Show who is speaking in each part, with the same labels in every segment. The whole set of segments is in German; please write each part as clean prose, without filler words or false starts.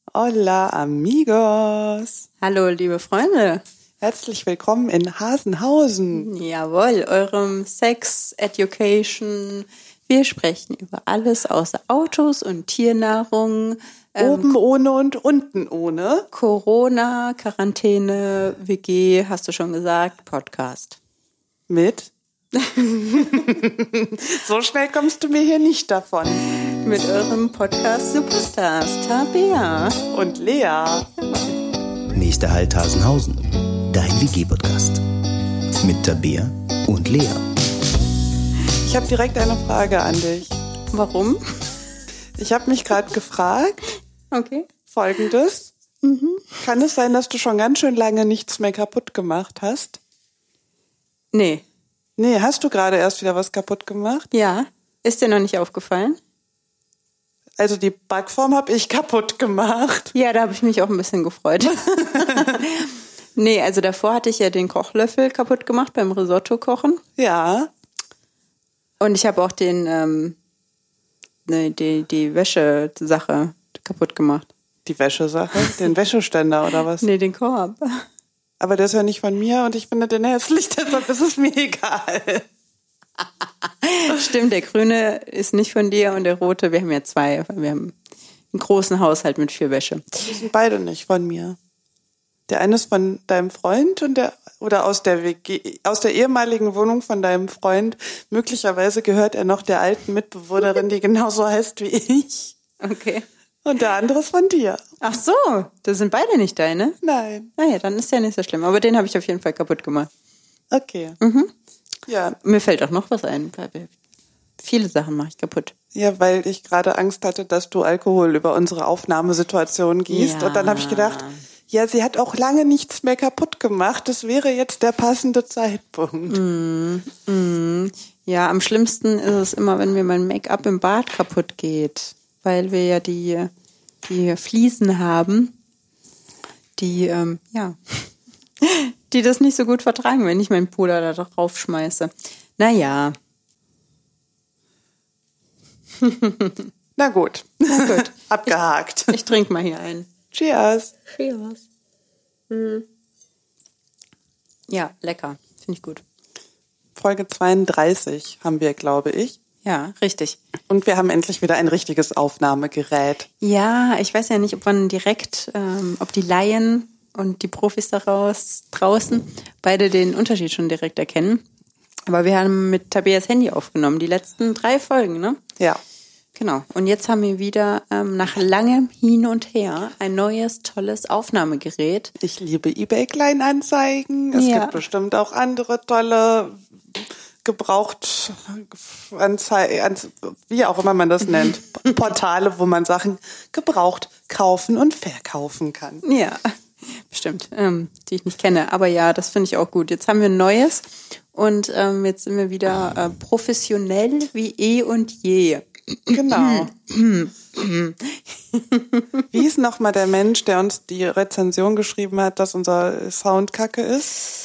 Speaker 1: Hola amigos.
Speaker 2: Hallo liebe Freunde.
Speaker 1: Herzlich willkommen in Hasenhausen.
Speaker 2: Jawohl, eurem Sex Education. Wir sprechen über alles außer Autos und Tiernahrung.
Speaker 1: Oben ohne und unten ohne.
Speaker 2: Corona, Quarantäne, WG, hast du schon gesagt, Podcast.
Speaker 1: Mit? So schnell kommst du mir hier nicht davon.
Speaker 2: Mit eurem Podcast Superstars, Tabea
Speaker 1: und Lea.
Speaker 3: Nächster Halt Hasenhausen, dein WG-Podcast. Mit Tabea und Lea.
Speaker 1: Ich habe direkt eine Frage an dich.
Speaker 2: Warum?
Speaker 1: Ich habe mich gerade gefragt, Folgendes. Kann es sein, dass du schon ganz schön lange nichts mehr kaputt gemacht hast?
Speaker 2: Nee,
Speaker 1: hast du gerade erst wieder was kaputt gemacht?
Speaker 2: Ja. Ist dir noch nicht aufgefallen?
Speaker 1: Also die Backform habe ich kaputt gemacht.
Speaker 2: Ja, da habe ich mich auch ein bisschen gefreut. Nee, also davor hatte ich ja den Kochlöffel kaputt gemacht beim Risotto kochen.
Speaker 1: Ja.
Speaker 2: Und ich habe auch die Wäschesache kaputt gemacht.
Speaker 1: Die Wäschesache? Den Wäscheständer oder was?
Speaker 2: Nee, den Korb.
Speaker 1: Aber der ist ja nicht von mir und ich finde den hässlich, deshalb ist es mir egal.
Speaker 2: Stimmt, der grüne ist nicht von dir und der rote, wir haben ja zwei. Wir haben einen großen Haushalt mit 4 Wäsche.
Speaker 1: Die sind beide nicht von mir. Der eine ist von deinem Freund und oder aus der WG, aus der ehemaligen Wohnung von deinem Freund. Möglicherweise gehört er noch der alten Mitbewohnerin, die genauso heißt wie ich.
Speaker 2: Okay.
Speaker 1: Und der andere ist von dir.
Speaker 2: Ach so, das sind beide nicht deine?
Speaker 1: Nein.
Speaker 2: Naja, dann ist ja nicht so schlimm. Aber den habe ich auf jeden Fall kaputt gemacht.
Speaker 1: Okay. Ja.
Speaker 2: Mir fällt auch noch was ein. Viele Sachen mache ich kaputt.
Speaker 1: Ja, weil ich gerade Angst hatte, dass du Alkohol über unsere Aufnahmesituation gießt.
Speaker 2: Ja.
Speaker 1: Und dann habe ich gedacht, ja, sie hat auch lange nichts mehr kaputt gemacht. Das wäre jetzt der passende Zeitpunkt.
Speaker 2: Ja, am schlimmsten ist es immer, wenn mir mein Make-up im Bad kaputt geht. Weil wir ja die Fliesen haben, die das nicht so gut vertragen, wenn ich meinen Puder da drauf schmeiße. Naja.
Speaker 1: Na gut. Abgehakt.
Speaker 2: Ich trinke mal hier einen.
Speaker 1: Cheers.
Speaker 2: Cheers. Ja, lecker. Finde ich gut.
Speaker 1: Folge 32 haben wir, glaube ich.
Speaker 2: Ja, richtig.
Speaker 1: Und wir haben endlich wieder ein richtiges Aufnahmegerät.
Speaker 2: Ja, ich weiß ja nicht, ob man direkt, ob die Laien und die Profis draußen beide den Unterschied schon direkt erkennen. Aber wir haben mit Tabeas Handy aufgenommen, die letzten 3 Folgen, ne?
Speaker 1: Ja.
Speaker 2: Genau. Und jetzt haben wir wieder nach langem Hin und Her ein neues, tolles Aufnahmegerät.
Speaker 1: Ich liebe eBay-Kleinanzeigen. Es gibt bestimmt auch andere tolle wie auch immer man das nennt, Portale, wo man Sachen gebraucht kaufen und verkaufen kann.
Speaker 2: Ja, bestimmt, die ich nicht kenne. Aber ja, das finde ich auch gut. Jetzt haben wir ein neues und jetzt sind wir wieder professionell wie eh und je.
Speaker 1: Genau. Wie ist nochmal der Mensch, der uns die Rezension geschrieben hat, dass unser Sound kacke ist?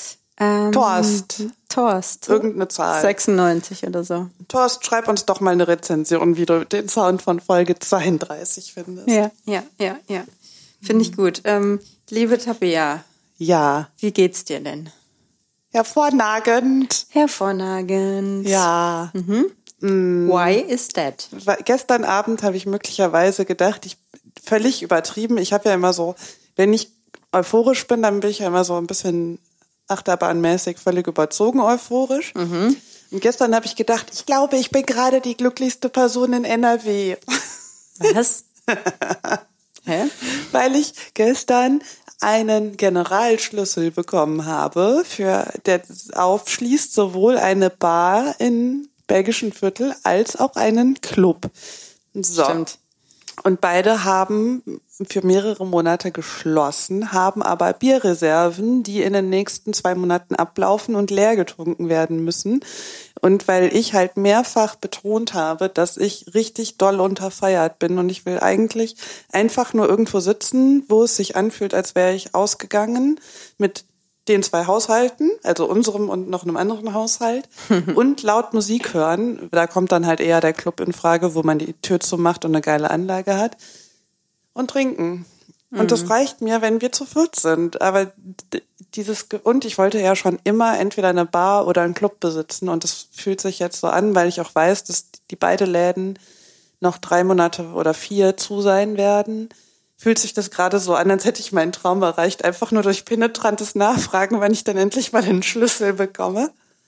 Speaker 1: Torst. Irgendeine Zahl.
Speaker 2: 96 oder so.
Speaker 1: Torst, schreib uns doch mal eine Rezension, wie du den Sound von Folge 32 findest.
Speaker 2: Ja. Finde ich gut. Liebe Tabea.
Speaker 1: Ja.
Speaker 2: Wie geht's dir denn?
Speaker 1: Hervorragend.
Speaker 2: Ja. Why is that?
Speaker 1: Gestern Abend habe ich möglicherweise gedacht, völlig übertrieben. Ich habe ja immer so, wenn ich euphorisch bin, dann bin ich ja immer so ein bisschen achterbahnmäßig völlig überzogen euphorisch. Und gestern habe ich gedacht, ich glaube, ich bin gerade die glücklichste Person in NRW.
Speaker 2: Was? Hä?
Speaker 1: Weil ich gestern einen Generalschlüssel bekommen habe, der aufschließt sowohl eine Bar in belgischen Viertel als auch einen Club. So.
Speaker 2: Stimmt.
Speaker 1: Und beide haben für mehrere Monate geschlossen, haben aber Bierreserven, die in den nächsten 2 Monaten ablaufen und leer getrunken werden müssen. Und weil ich halt mehrfach betont habe, dass ich richtig doll unterfeiert bin und ich will eigentlich einfach nur irgendwo sitzen, wo es sich anfühlt, als wäre ich ausgegangen mit den 2 Haushalten, also unserem und noch einem anderen Haushalt, und laut Musik hören. Da kommt dann halt eher der Club in Frage, wo man die Tür zumacht und eine geile Anlage hat. Und trinken. Und das reicht mir, wenn wir zu viert sind. Aber und ich wollte ja schon immer entweder eine Bar oder einen Club besitzen. Und das fühlt sich jetzt so an, weil ich auch weiß, dass die beiden Läden noch 3 Monate oder 4 zu sein werden. Fühlt sich das gerade so an, als hätte ich meinen Traum erreicht. Einfach nur durch penetrantes Nachfragen, wann ich dann endlich mal den Schlüssel bekomme.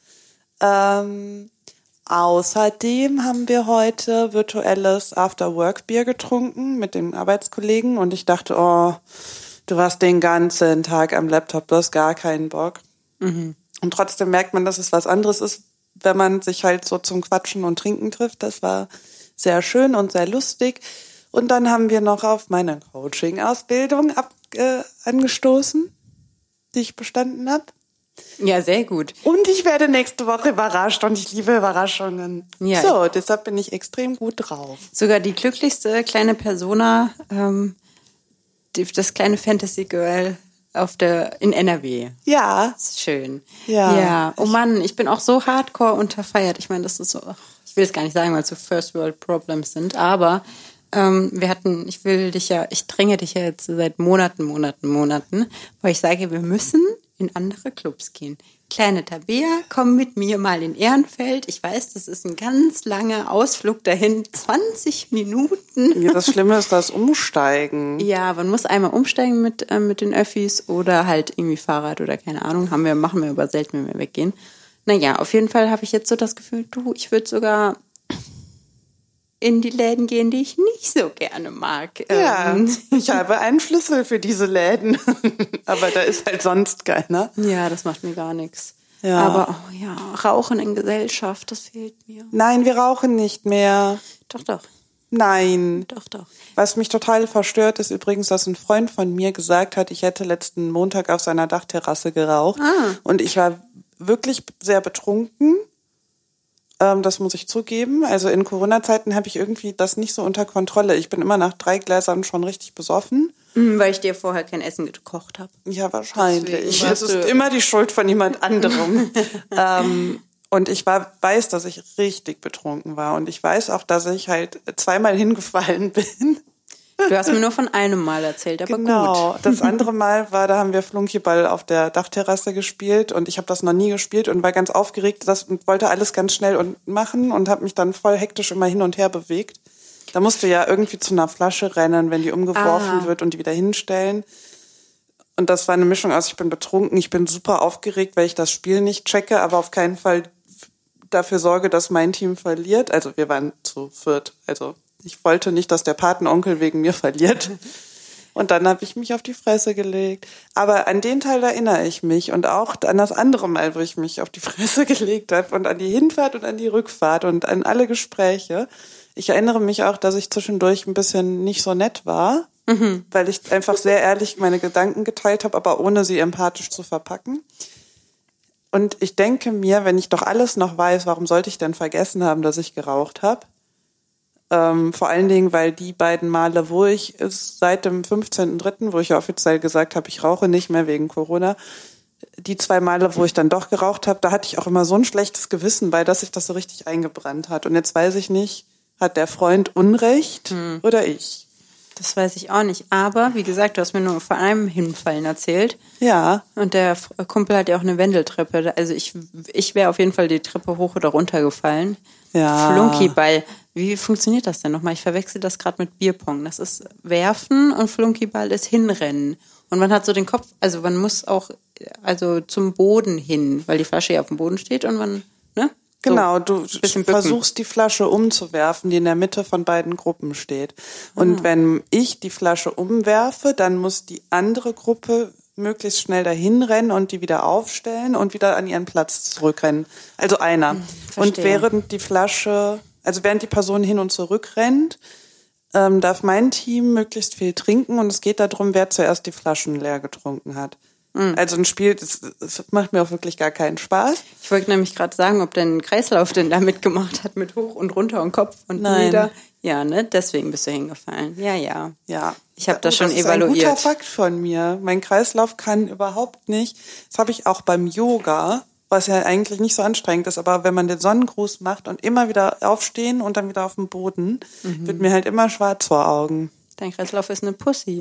Speaker 1: Außerdem haben wir heute virtuelles After-Work-Bier getrunken mit den Arbeitskollegen. Und ich dachte, oh, du warst den ganzen Tag am Laptop, du hast gar keinen Bock. Und trotzdem merkt man, dass es was anderes ist, wenn man sich halt so zum Quatschen und Trinken trifft. Das war sehr schön und sehr lustig. Und dann haben wir noch auf meine Coaching-Ausbildung angestoßen, die ich bestanden habe.
Speaker 2: Ja, sehr gut.
Speaker 1: Und ich werde nächste Woche überrascht und ich liebe Überraschungen.
Speaker 2: Ja.
Speaker 1: So, deshalb bin ich extrem gut drauf.
Speaker 2: Sogar die glücklichste kleine Persona, das kleine Fantasy Girl in NRW.
Speaker 1: Ja.
Speaker 2: Das ist schön.
Speaker 1: Ja.
Speaker 2: Oh Mann, ich bin auch so hardcore unterfeiert. Ich meine, das ist so, ich will es gar nicht sagen, weil es so First World Problems sind, aber ich dränge dich ja jetzt seit Monaten, weil ich sage, wir müssen in andere Clubs gehen. Kleine Tabea, komm mit mir mal in Ehrenfeld. Ich weiß, das ist ein ganz langer Ausflug dahin, 20 Minuten.
Speaker 1: Ja, das Schlimme ist das Umsteigen.
Speaker 2: Ja, man muss einmal umsteigen mit den Öffis oder halt irgendwie Fahrrad oder keine Ahnung. Machen wir aber selten, wenn wir weggehen. Naja, auf jeden Fall habe ich jetzt so das Gefühl, ich würde sogar in die Läden gehen, die ich nicht so gerne mag.
Speaker 1: Ja, ich habe einen Schlüssel für diese Läden, aber da ist halt sonst keiner.
Speaker 2: Ja, das macht mir gar nichts.
Speaker 1: Ja.
Speaker 2: Aber Rauchen in Gesellschaft, das fehlt mir.
Speaker 1: Nein, wir rauchen nicht mehr.
Speaker 2: Doch.
Speaker 1: Nein.
Speaker 2: Doch.
Speaker 1: Was mich total verstört, ist übrigens, dass ein Freund von mir gesagt hat, ich hätte letzten Montag auf seiner Dachterrasse geraucht. Und ich war wirklich sehr betrunken. Das muss ich zugeben. Also in Corona-Zeiten habe ich irgendwie das nicht so unter Kontrolle. Ich bin immer nach 3 Gläsern schon richtig besoffen.
Speaker 2: Weil ich dir vorher kein Essen gekocht habe.
Speaker 1: Ja, wahrscheinlich. Es ist immer die Schuld von jemand anderem. Und ich weiß, dass ich richtig betrunken war. Und ich weiß auch, dass ich halt 2-mal hingefallen bin.
Speaker 2: Du hast mir nur von einem Mal erzählt, aber
Speaker 1: genau.
Speaker 2: gut.
Speaker 1: Das andere Mal da haben wir Flunkyball auf der Dachterrasse gespielt und ich habe das noch nie gespielt und war ganz aufgeregt und wollte alles ganz schnell machen und habe mich dann voll hektisch immer hin und her bewegt. Da musst du ja irgendwie zu einer Flasche rennen, wenn die umgeworfen wird und die wieder hinstellen. Und das war eine Mischung aus, ich bin betrunken, ich bin super aufgeregt, weil ich das Spiel nicht checke, aber auf keinen Fall dafür sorge, dass mein Team verliert. Also wir waren zu 4. Also ich wollte nicht, dass der Patenonkel wegen mir verliert. Und dann habe ich mich auf die Fresse gelegt. Aber an den Teil erinnere ich mich und auch an das andere Mal, wo ich mich auf die Fresse gelegt habe und an die Hinfahrt und an die Rückfahrt und an alle Gespräche. Ich erinnere mich auch, dass ich zwischendurch ein bisschen nicht so nett war, weil ich einfach sehr ehrlich meine Gedanken geteilt habe, aber ohne sie empathisch zu verpacken. Und ich denke mir, wenn ich doch alles noch weiß, warum sollte ich denn vergessen haben, dass ich geraucht habe? Vor allen Dingen, weil die beiden Male, wo ich seit dem 15.03., wo ich ja offiziell gesagt habe, ich rauche nicht mehr wegen Corona, die 2 Male, wo ich dann doch geraucht habe, da hatte ich auch immer so ein schlechtes Gewissen bei, dass sich das so richtig eingebrannt hat. Und jetzt weiß ich nicht, hat der Freund Unrecht oder ich?
Speaker 2: Das weiß ich auch nicht. Aber, wie gesagt, du hast mir nur von einem Hinfallen erzählt.
Speaker 1: Ja.
Speaker 2: Und der Kumpel hat ja auch eine Wendeltreppe. Also ich wäre auf jeden Fall die Treppe hoch oder runter gefallen.
Speaker 1: Ja.
Speaker 2: Flunkyball. Wie funktioniert das denn nochmal? Ich verwechsel das gerade mit Bierpong. Das ist Werfen und Flunkyball ist Hinrennen. Und man hat so den Kopf, also man muss auch zum Boden hin, weil die Flasche ja auf dem Boden steht und man, ne? So,
Speaker 1: genau, du
Speaker 2: bisschen
Speaker 1: versuchst die Flasche umzuwerfen, die in der Mitte von beiden Gruppen steht. Und wenn ich die Flasche umwerfe, dann muss die andere Gruppe möglichst schnell dahin rennen und die wieder aufstellen und wieder an ihren Platz zurückrennen. Also einer. Und während die Person hin und zurück rennt, darf mein Team möglichst viel trinken und es geht darum, wer zuerst die Flaschen leer getrunken hat. Also ein Spiel, das macht mir auch wirklich gar keinen Spaß.
Speaker 2: Ich wollte nämlich gerade sagen, ob dein Kreislauf denn da mitgemacht hat mit hoch und runter und Kopf und
Speaker 1: Nein.
Speaker 2: nieder. Ja, ne? Deswegen bist du hingefallen. Ja.
Speaker 1: Ja.
Speaker 2: Ich habe das schon evaluiert.
Speaker 1: Das ist ein guter Fakt von mir. Mein Kreislauf kann überhaupt nicht. Das habe ich auch beim Yoga, was ja eigentlich nicht so anstrengend ist, aber wenn man den Sonnengruß macht und immer wieder aufstehen und dann wieder auf dem Boden, wird mir halt immer schwarz vor Augen.
Speaker 2: Dein Kreislauf ist eine Pussy.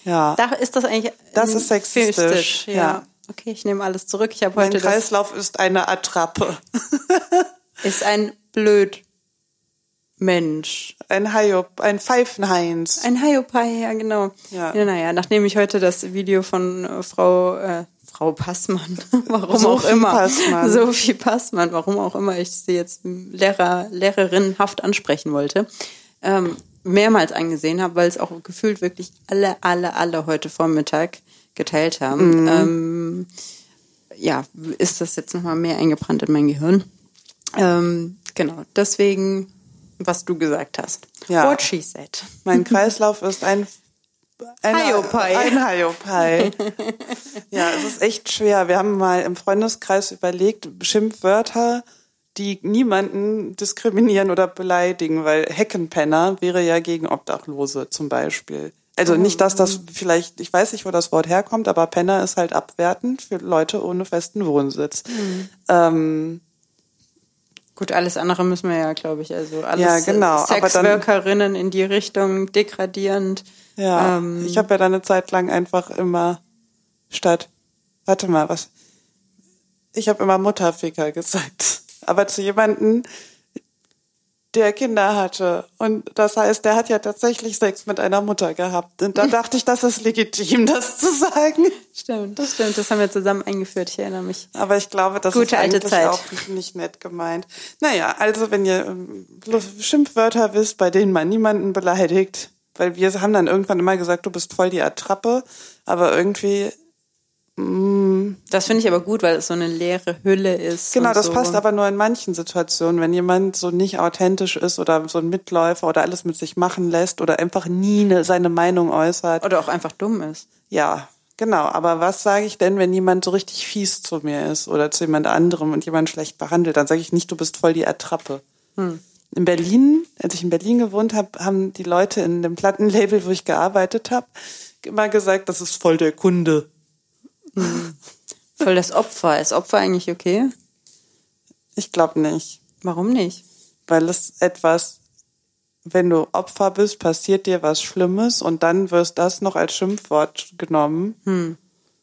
Speaker 1: Ja.
Speaker 2: Da ist das eigentlich
Speaker 1: Das ist sexistisch.
Speaker 2: Ja. Okay, ich nehme alles zurück. Ich habe
Speaker 1: Mein
Speaker 2: heute
Speaker 1: Kreislauf ist eine Attrappe.
Speaker 2: ist ein blöd Mensch.
Speaker 1: Ein Pfeifenheinz.
Speaker 2: Ein Hiopai, ja genau.
Speaker 1: Ja.
Speaker 2: Naja, nachdem ich heute das Video von Frau Passmann, warum
Speaker 1: Sophie
Speaker 2: auch immer.
Speaker 1: Passmann.
Speaker 2: Sophie Passmann, warum auch immer ich sie jetzt lehrerinnenhaft ansprechen wollte, mehrmals angesehen habe, weil es auch gefühlt wirklich alle heute Vormittag geteilt haben. Ist das jetzt nochmal mehr eingebrannt in mein Gehirn. Genau, deswegen, was du gesagt hast.
Speaker 1: Ja.
Speaker 2: What she said.
Speaker 1: Mein Kreislauf ist ein
Speaker 2: Hiopai.
Speaker 1: Ein Hiopai. Ja, es ist echt schwer. Wir haben mal im Freundeskreis überlegt, Schimpfwörter, die niemanden diskriminieren oder beleidigen, weil Heckenpenner wäre ja gegen Obdachlose zum Beispiel. Also nicht, dass das vielleicht, ich weiß nicht, wo das Wort herkommt, aber Penner ist halt abwertend für Leute ohne festen Wohnsitz.
Speaker 2: Gut, alles andere müssen wir ja, glaube ich, also alles
Speaker 1: Ja, genau,
Speaker 2: Sexworkerinnen in die Richtung degradierend.
Speaker 1: Ja, ich habe ja dann eine Zeit lang einfach immer ich habe immer Mutterficker gesagt. Aber zu jemandem, der Kinder hatte. Und das heißt, der hat ja tatsächlich Sex mit einer Mutter gehabt. Und da dachte ich, das ist legitim, das zu sagen.
Speaker 2: Stimmt, das stimmt. Das haben wir zusammen eingeführt, ich erinnere mich.
Speaker 1: Aber ich glaube, das
Speaker 2: Gute
Speaker 1: ist
Speaker 2: alte
Speaker 1: eigentlich
Speaker 2: Zeit.
Speaker 1: auch nicht nett gemeint. Naja, also wenn ihr Schimpfwörter wisst, bei denen man niemanden beleidigt, weil wir haben dann irgendwann immer gesagt, du bist voll die Attrappe, aber irgendwie...
Speaker 2: Das finde ich aber gut, weil es so eine leere Hülle ist.
Speaker 1: Genau, das
Speaker 2: so.
Speaker 1: passt aber nur in manchen Situationen, wenn jemand so nicht authentisch ist oder so ein Mitläufer oder alles mit sich machen lässt oder einfach nie seine Meinung äußert.
Speaker 2: Oder auch einfach dumm ist.
Speaker 1: Ja, genau. Aber was sage ich denn, wenn jemand so richtig fies zu mir ist oder zu jemand anderem und jemand schlecht behandelt? Dann sage ich nicht, du bist voll die Attrappe. In Berlin, als ich in Berlin gewohnt habe, haben die Leute in dem Plattenlabel, wo ich gearbeitet habe, immer gesagt, das ist voll der Kunde.
Speaker 2: Voll das Opfer. Ist Opfer eigentlich okay?
Speaker 1: Ich glaube nicht.
Speaker 2: Warum nicht?
Speaker 1: Weil es wenn du Opfer bist, passiert dir was Schlimmes und dann wirst das noch als Schimpfwort genommen.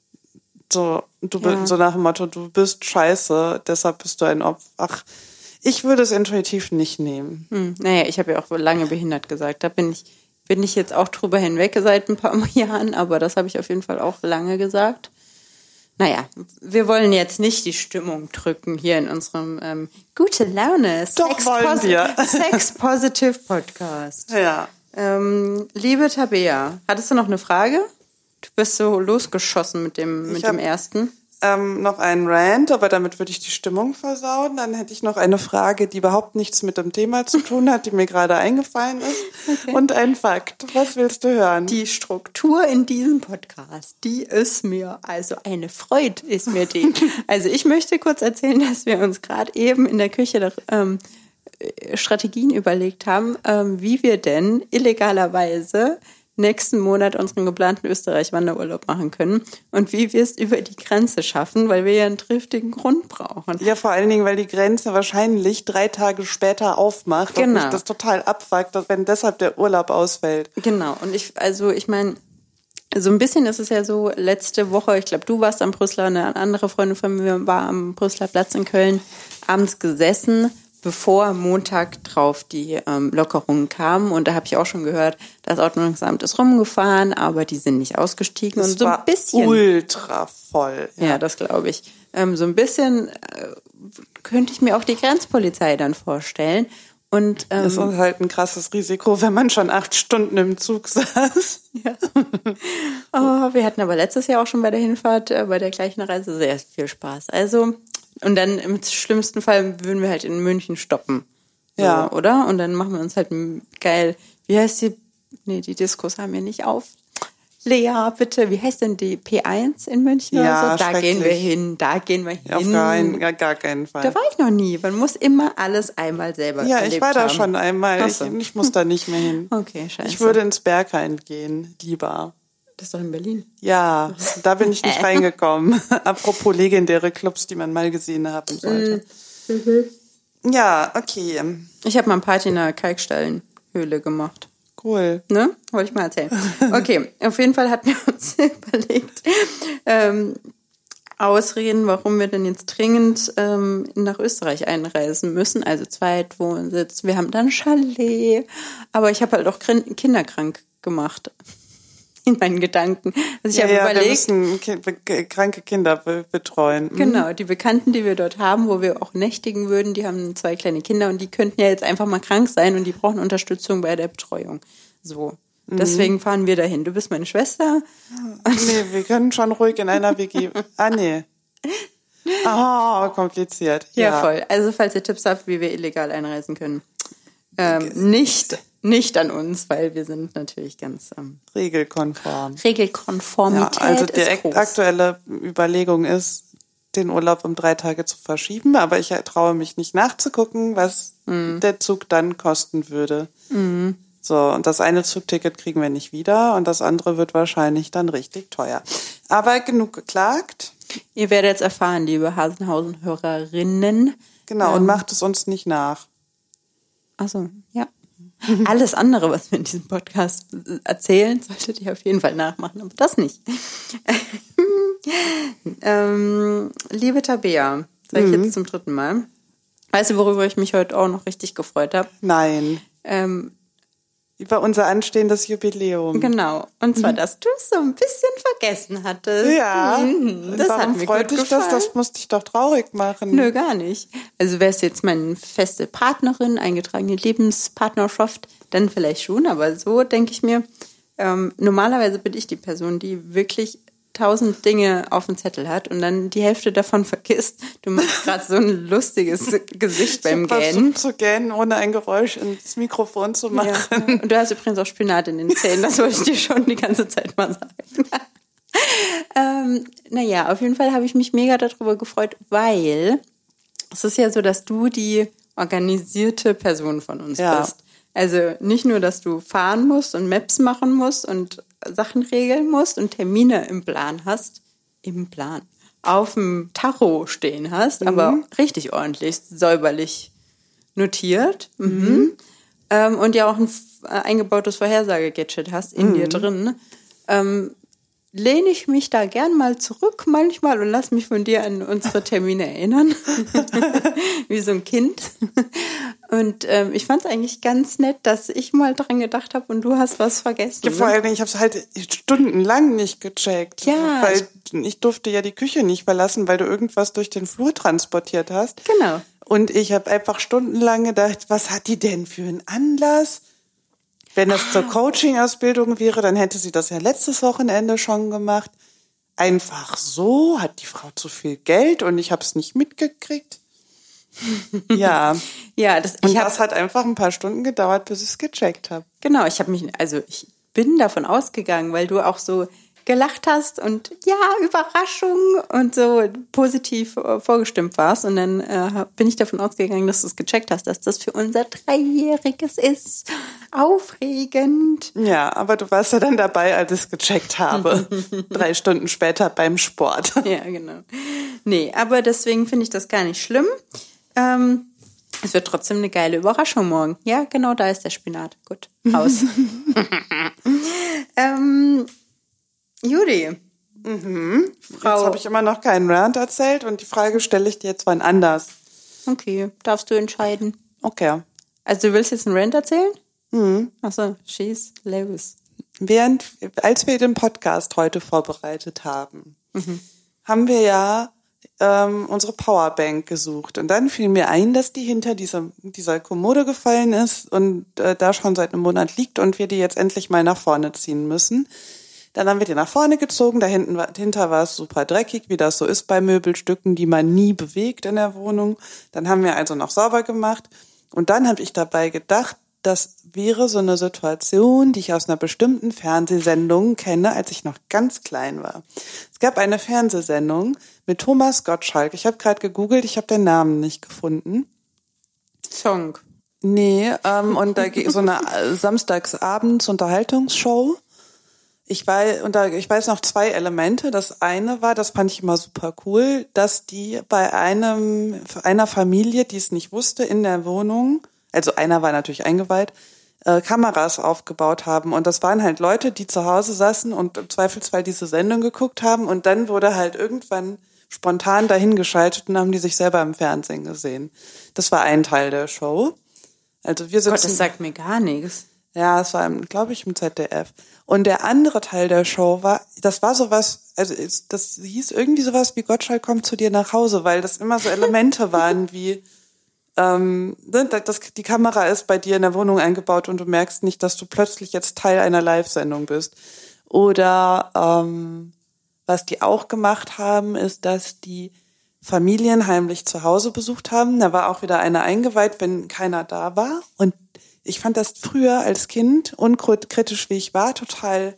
Speaker 1: So nach dem Motto, du bist scheiße, deshalb bist du ein Opfer. Ach, ich würde es intuitiv nicht nehmen.
Speaker 2: Naja, ich habe ja auch lange behindert gesagt. Da bin ich jetzt auch drüber hinweg seit ein paar Jahren, aber das habe ich auf jeden Fall auch lange gesagt. Naja, wir wollen jetzt nicht die Stimmung drücken hier in unserem gute Laune Sex-Positive Podcast.
Speaker 1: Ja.
Speaker 2: Liebe Tabea, hattest du noch eine Frage? Du bist so losgeschossen mit dem ersten.
Speaker 1: Noch einen Rant, aber damit würde ich die Stimmung versauen. Dann hätte ich noch eine Frage, die überhaupt nichts mit dem Thema zu tun hat, die mir gerade eingefallen ist. Okay. Und ein Fakt. Was willst du hören?
Speaker 2: Die Struktur in diesem Podcast, die ist mir, also eine Freude ist mir die. Also ich möchte kurz erzählen, dass wir uns gerade eben in der Küche Strategien überlegt haben, wie wir denn illegalerweise nächsten Monat unseren geplanten Österreich-Wanderurlaub machen können und wie wir es über die Grenze schaffen, weil wir ja einen triftigen Grund brauchen.
Speaker 1: Ja, vor allen Dingen, weil die Grenze wahrscheinlich 3 Tage später aufmacht und mich das total abfuckt, wenn deshalb der Urlaub ausfällt.
Speaker 2: Genau, und ich meine, so ein bisschen ist es ja so, letzte Woche, ich glaube, du warst am Brüsseler, eine andere Freundin von mir war am Brüsseler Platz in Köln, abends gesessen, bevor Montag drauf die Lockerungen kamen. Und da habe ich auch schon gehört, das Ordnungsamt ist rumgefahren, aber die sind nicht ausgestiegen.
Speaker 1: Das
Speaker 2: und so
Speaker 1: war
Speaker 2: ein bisschen
Speaker 1: ultra voll.
Speaker 2: Ja, das glaube ich. So ein bisschen könnte ich mir auch die Grenzpolizei dann vorstellen. Und
Speaker 1: das ist halt ein krasses Risiko, wenn man schon 8 Stunden im Zug saß.
Speaker 2: Ja. Oh, wir hatten aber letztes Jahr auch schon bei der Hinfahrt, bei der gleichen Reise sehr viel Spaß. Also und dann im schlimmsten Fall würden wir halt in München stoppen. So,
Speaker 1: ja.
Speaker 2: Oder? Und dann machen wir uns halt geil. Wie heißt die? Nee, die Diskos haben wir nicht auf. Lea, bitte, wie heißt denn die P1 in München?
Speaker 1: Ja,
Speaker 2: oder so? Da gehen wir hin.
Speaker 1: Auf gar keinen Fall.
Speaker 2: Da war ich noch nie. Man muss immer alles einmal selber
Speaker 1: Ja, ich war da
Speaker 2: haben.
Speaker 1: schon einmal.
Speaker 2: So.
Speaker 1: Ich muss da nicht mehr hin.
Speaker 2: Okay, scheiße.
Speaker 1: Ich würde ins Berghain gehen, lieber.
Speaker 2: Das ist doch in Berlin.
Speaker 1: Ja, da bin ich nicht reingekommen. Apropos legendäre Clubs, die man mal gesehen haben sollte. Ja, okay.
Speaker 2: Ich habe mal eine Party in einer Kalkstallenhöhle gemacht.
Speaker 1: Cool.
Speaker 2: Ne? Wollte ich mal erzählen. Okay, auf jeden Fall hatten wir uns überlegt, Ausreden, warum wir denn jetzt dringend nach Österreich einreisen müssen. Also Zweitwohnsitz, wir haben dann Chalet. Aber ich habe halt auch Kinder krank gemacht. In meinen Gedanken. Also ich habe überlegt,
Speaker 1: wir müssen kranke Kinder betreuen.
Speaker 2: Genau, die Bekannten, die wir dort haben, wo wir auch nächtigen würden, die haben 2 kleine Kinder und die könnten ja jetzt einfach mal krank sein und die brauchen Unterstützung bei der Betreuung. So. Deswegen fahren wir dahin. Du bist meine Schwester.
Speaker 1: Nee, wir können schon ruhig in einer WG. Nee. Kompliziert.
Speaker 2: Ja, voll. Also falls ihr Tipps habt, wie wir illegal einreisen können. Nicht an uns, weil wir sind natürlich ganz
Speaker 1: regelkonform.
Speaker 2: Regelkonformität
Speaker 1: also die
Speaker 2: ist groß.
Speaker 1: aktuelle Überlegung ist, den Urlaub um 3 Tage zu verschieben, aber ich traue mich nicht nachzugucken, was der Zug dann kosten würde. So, und das eine Zugticket kriegen wir nicht wieder und das andere wird wahrscheinlich dann richtig teuer. Aber genug geklagt.
Speaker 2: Ihr werdet jetzt erfahren, liebe Hasenhausen-Hörerinnen.
Speaker 1: Genau, und macht es uns nicht nach.
Speaker 2: Achso, ja. Alles andere, was wir in diesem Podcast erzählen, solltet ihr auf jeden Fall nachmachen, aber das nicht. Liebe Tabea, sage ich jetzt zum 3. Mal. Weißt du, worüber ich mich heute auch noch richtig gefreut habe?
Speaker 1: Nein. Über unser anstehendes Jubiläum.
Speaker 2: Genau. Und zwar, dass du es so ein bisschen vergessen hattest.
Speaker 1: Ja.
Speaker 2: Das
Speaker 1: Warum
Speaker 2: hat mir
Speaker 1: freut
Speaker 2: gut
Speaker 1: dich das?
Speaker 2: gefallen.
Speaker 1: Das musste dich doch traurig machen.
Speaker 2: Nö, gar nicht. Also wärst du jetzt meine feste Partnerin, eingetragene Lebenspartnerschaft, dann vielleicht schon. Aber so denke ich mir, normalerweise bin ich die Person, die wirklich 1000 Dinge auf dem Zettel hat und dann die Hälfte davon vergisst. Du machst gerade so ein lustiges Gesicht beim Gähnen.
Speaker 1: Zu gähnen, ohne ein Geräusch ins Mikrofon zu machen.
Speaker 2: Ja. Und du hast übrigens auch Spinat in den Zähnen, das wollte ich dir schon die ganze Zeit mal sagen. Naja, auf jeden Fall habe ich mich mega darüber gefreut, weil es ist ja so, dass du die organisierte Person von uns bist. Also nicht nur, dass du fahren musst und Maps machen musst und Sachen regeln musst und Termine im Plan hast, auf dem Tacho stehen hast, aber richtig ordentlich, säuberlich notiert. Und ja auch ein eingebautes Vorhersagegadget hast in dir drin, lehne ich mich da gern mal zurück manchmal und lass mich von dir an unsere Termine erinnern. Wie so ein Kind. Und ich fand es eigentlich ganz nett, dass ich mal dran gedacht habe und du hast was vergessen.
Speaker 1: Ja, vor allen Dingen, ich habe es halt stundenlang nicht gecheckt.
Speaker 2: Ja.
Speaker 1: Weil ich durfte ja die Küche nicht verlassen, weil du irgendwas durch den Flur transportiert hast.
Speaker 2: Genau.
Speaker 1: Und ich habe einfach stundenlang gedacht, was hat die denn für einen Anlass? Wenn das zur Coaching-Ausbildung wäre, dann hätte sie das ja letztes Wochenende schon gemacht. Einfach so, hat die Frau zu viel Geld und ich habe es nicht mitgekriegt. Ja.
Speaker 2: Ja,
Speaker 1: das hat einfach ein paar Stunden gedauert, bis ich es gecheckt habe.
Speaker 2: Genau, ich bin davon ausgegangen, weil du auch so gelacht hast und ja, Überraschung und so positiv vorgestimmt warst. Und dann bin ich davon ausgegangen, dass du es gecheckt hast, dass das für unser 3-Jähriges ist. Aufregend.
Speaker 1: Ja, aber du warst ja dann dabei, als ich es gecheckt habe. 3 Stunden später beim Sport.
Speaker 2: Ja, genau. Nee, aber deswegen finde ich das gar nicht schlimm. Es wird trotzdem eine geile Überraschung morgen. Ja, genau, da ist der Spinat. Gut, raus. Judy.
Speaker 1: Jetzt habe ich immer noch keinen Rant erzählt und die Frage stelle ich dir jetzt wann anders.
Speaker 2: Okay, darfst du entscheiden.
Speaker 1: Okay.
Speaker 2: Also du willst jetzt einen Rant erzählen? Achso, schieß los.
Speaker 1: Als wir den Podcast heute vorbereitet haben, haben wir ja unsere Powerbank gesucht. Und dann fiel mir ein, dass die hinter dieser Kommode gefallen ist und da schon seit einem Monat liegt und wir die jetzt endlich mal nach vorne ziehen müssen. Dann haben wir die nach vorne gezogen, dahinter war es super dreckig, wie das so ist bei Möbelstücken, die man nie bewegt in der Wohnung. Dann haben wir also noch sauber gemacht und dann habe ich dabei gedacht, das wäre so eine Situation, die ich aus einer bestimmten Fernsehsendung kenne, als ich noch ganz klein war. Es gab eine Fernsehsendung mit Thomas Gottschalk. Ich habe gerade gegoogelt, ich habe den Namen nicht gefunden.
Speaker 2: Song.
Speaker 1: Nee, und da geht so eine Samstagsabends-Unterhaltungsshow. Ich weiß noch 2 Elemente. Das eine war, das fand ich immer super cool, dass die bei einer Familie, die es nicht wusste, in der Wohnung, also einer war natürlich eingeweiht, Kameras aufgebaut haben. Und das waren halt Leute, die zu Hause saßen und im Zweifelsfall diese Sendung geguckt haben. Und dann wurde halt irgendwann spontan dahingeschaltet und haben die sich selber im Fernsehen gesehen. Das war ein Teil der Show. Also wir sitzen.
Speaker 2: Gott, das sagt mir gar nichts.
Speaker 1: Ja, es war, glaube ich, im ZDF. Und der andere Teil der Show das war sowas, also das hieß irgendwie sowas wie Gottschalk kommt zu dir nach Hause, weil das immer so Elemente waren wie die Kamera ist bei dir in der Wohnung eingebaut und du merkst nicht, dass du plötzlich jetzt Teil einer Live-Sendung bist. Oder was die auch gemacht haben, ist, dass die Familien heimlich zu Hause besucht haben. Da war auch wieder einer eingeweiht, wenn keiner da war. Und ich fand das früher als Kind, unkritisch wie ich war, total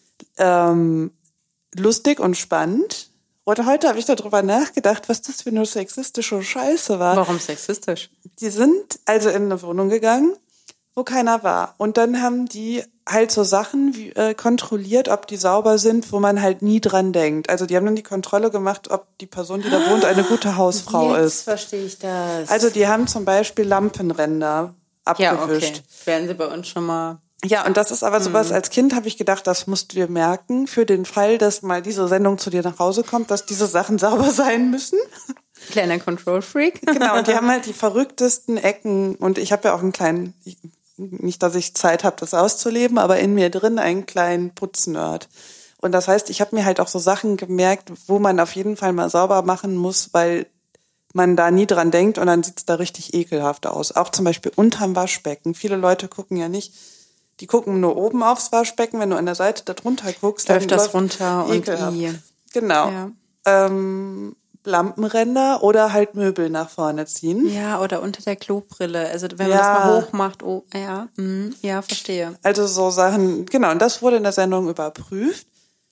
Speaker 1: lustig und spannend. Und heute habe ich darüber nachgedacht, was das für eine sexistische Scheiße war.
Speaker 2: Warum sexistisch?
Speaker 1: Die sind also in eine Wohnung gegangen, wo keiner war. Und dann haben die halt so Sachen wie, kontrolliert, ob die sauber sind, wo man halt nie dran denkt. Also die haben dann die Kontrolle gemacht, ob die Person, die da wohnt, eine gute Hausfrau ist.
Speaker 2: Jetzt verstehe ich das.
Speaker 1: Also die haben zum Beispiel Lampenränder abgewischt.
Speaker 2: Ja, okay. Werden sie bei uns schon mal...
Speaker 1: Ja, und das ist aber sowas, als Kind habe ich gedacht, das musst du dir merken, für den Fall, dass mal diese Sendung zu dir nach Hause kommt, dass diese Sachen sauber sein müssen.
Speaker 2: Kleiner Control-Freak.
Speaker 1: Genau, und die haben halt die verrücktesten Ecken. Und ich habe ja auch einen kleinen, nicht, dass ich Zeit habe, das auszuleben, aber in mir drin einen kleinen Putznerd. Und das heißt, ich habe mir halt auch so Sachen gemerkt, wo man auf jeden Fall mal sauber machen muss, weil man da nie dran denkt und dann sieht's da richtig ekelhaft aus. Auch zum Beispiel unterm Waschbecken. Viele Leute gucken ja nicht, die gucken nur oben aufs Waschbecken. Wenn du an der Seite da drunter guckst,
Speaker 2: läuft das runter
Speaker 1: ekelhaft.
Speaker 2: Und
Speaker 1: genau. Ja. Lampenränder oder halt Möbel nach vorne ziehen.
Speaker 2: Ja, oder unter der Klobrille. Also wenn man das mal hoch macht, ja, verstehe.
Speaker 1: Also so Sachen, genau, und das wurde in der Sendung überprüft.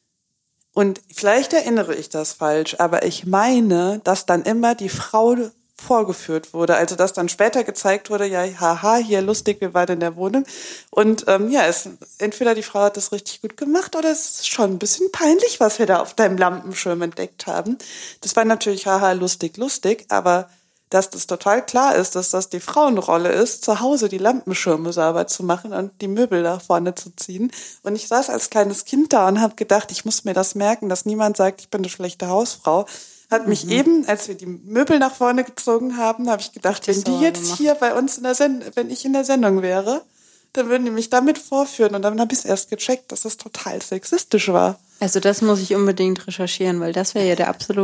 Speaker 1: Und vielleicht erinnere ich das falsch, aber ich meine, dass dann immer die Frau vorgeführt wurde. Also dass dann später gezeigt wurde, ja, haha, hier lustig, wir waren in der Wohnung. Und entweder die Frau hat das richtig gut gemacht oder es ist schon ein bisschen peinlich, was wir da auf deinem Lampenschirm entdeckt haben. Das war natürlich haha, lustig, aber dass das total klar ist, dass das die Frauenrolle ist, zu Hause die Lampenschirme sauber zu machen und die Möbel nach vorne zu ziehen. Und ich saß als kleines Kind da und habe gedacht, ich muss mir das merken, dass niemand sagt, ich bin eine schlechte Hausfrau. Hat mich eben, als wir die Möbel nach vorne gezogen haben, habe ich gedacht, wenn die jetzt hier bei uns wenn ich in der Sendung wäre, dann würden die mich damit vorführen. Und dann habe ich es erst gecheckt, dass das total sexistisch war.
Speaker 2: Also das muss ich unbedingt recherchieren, weil das wäre ja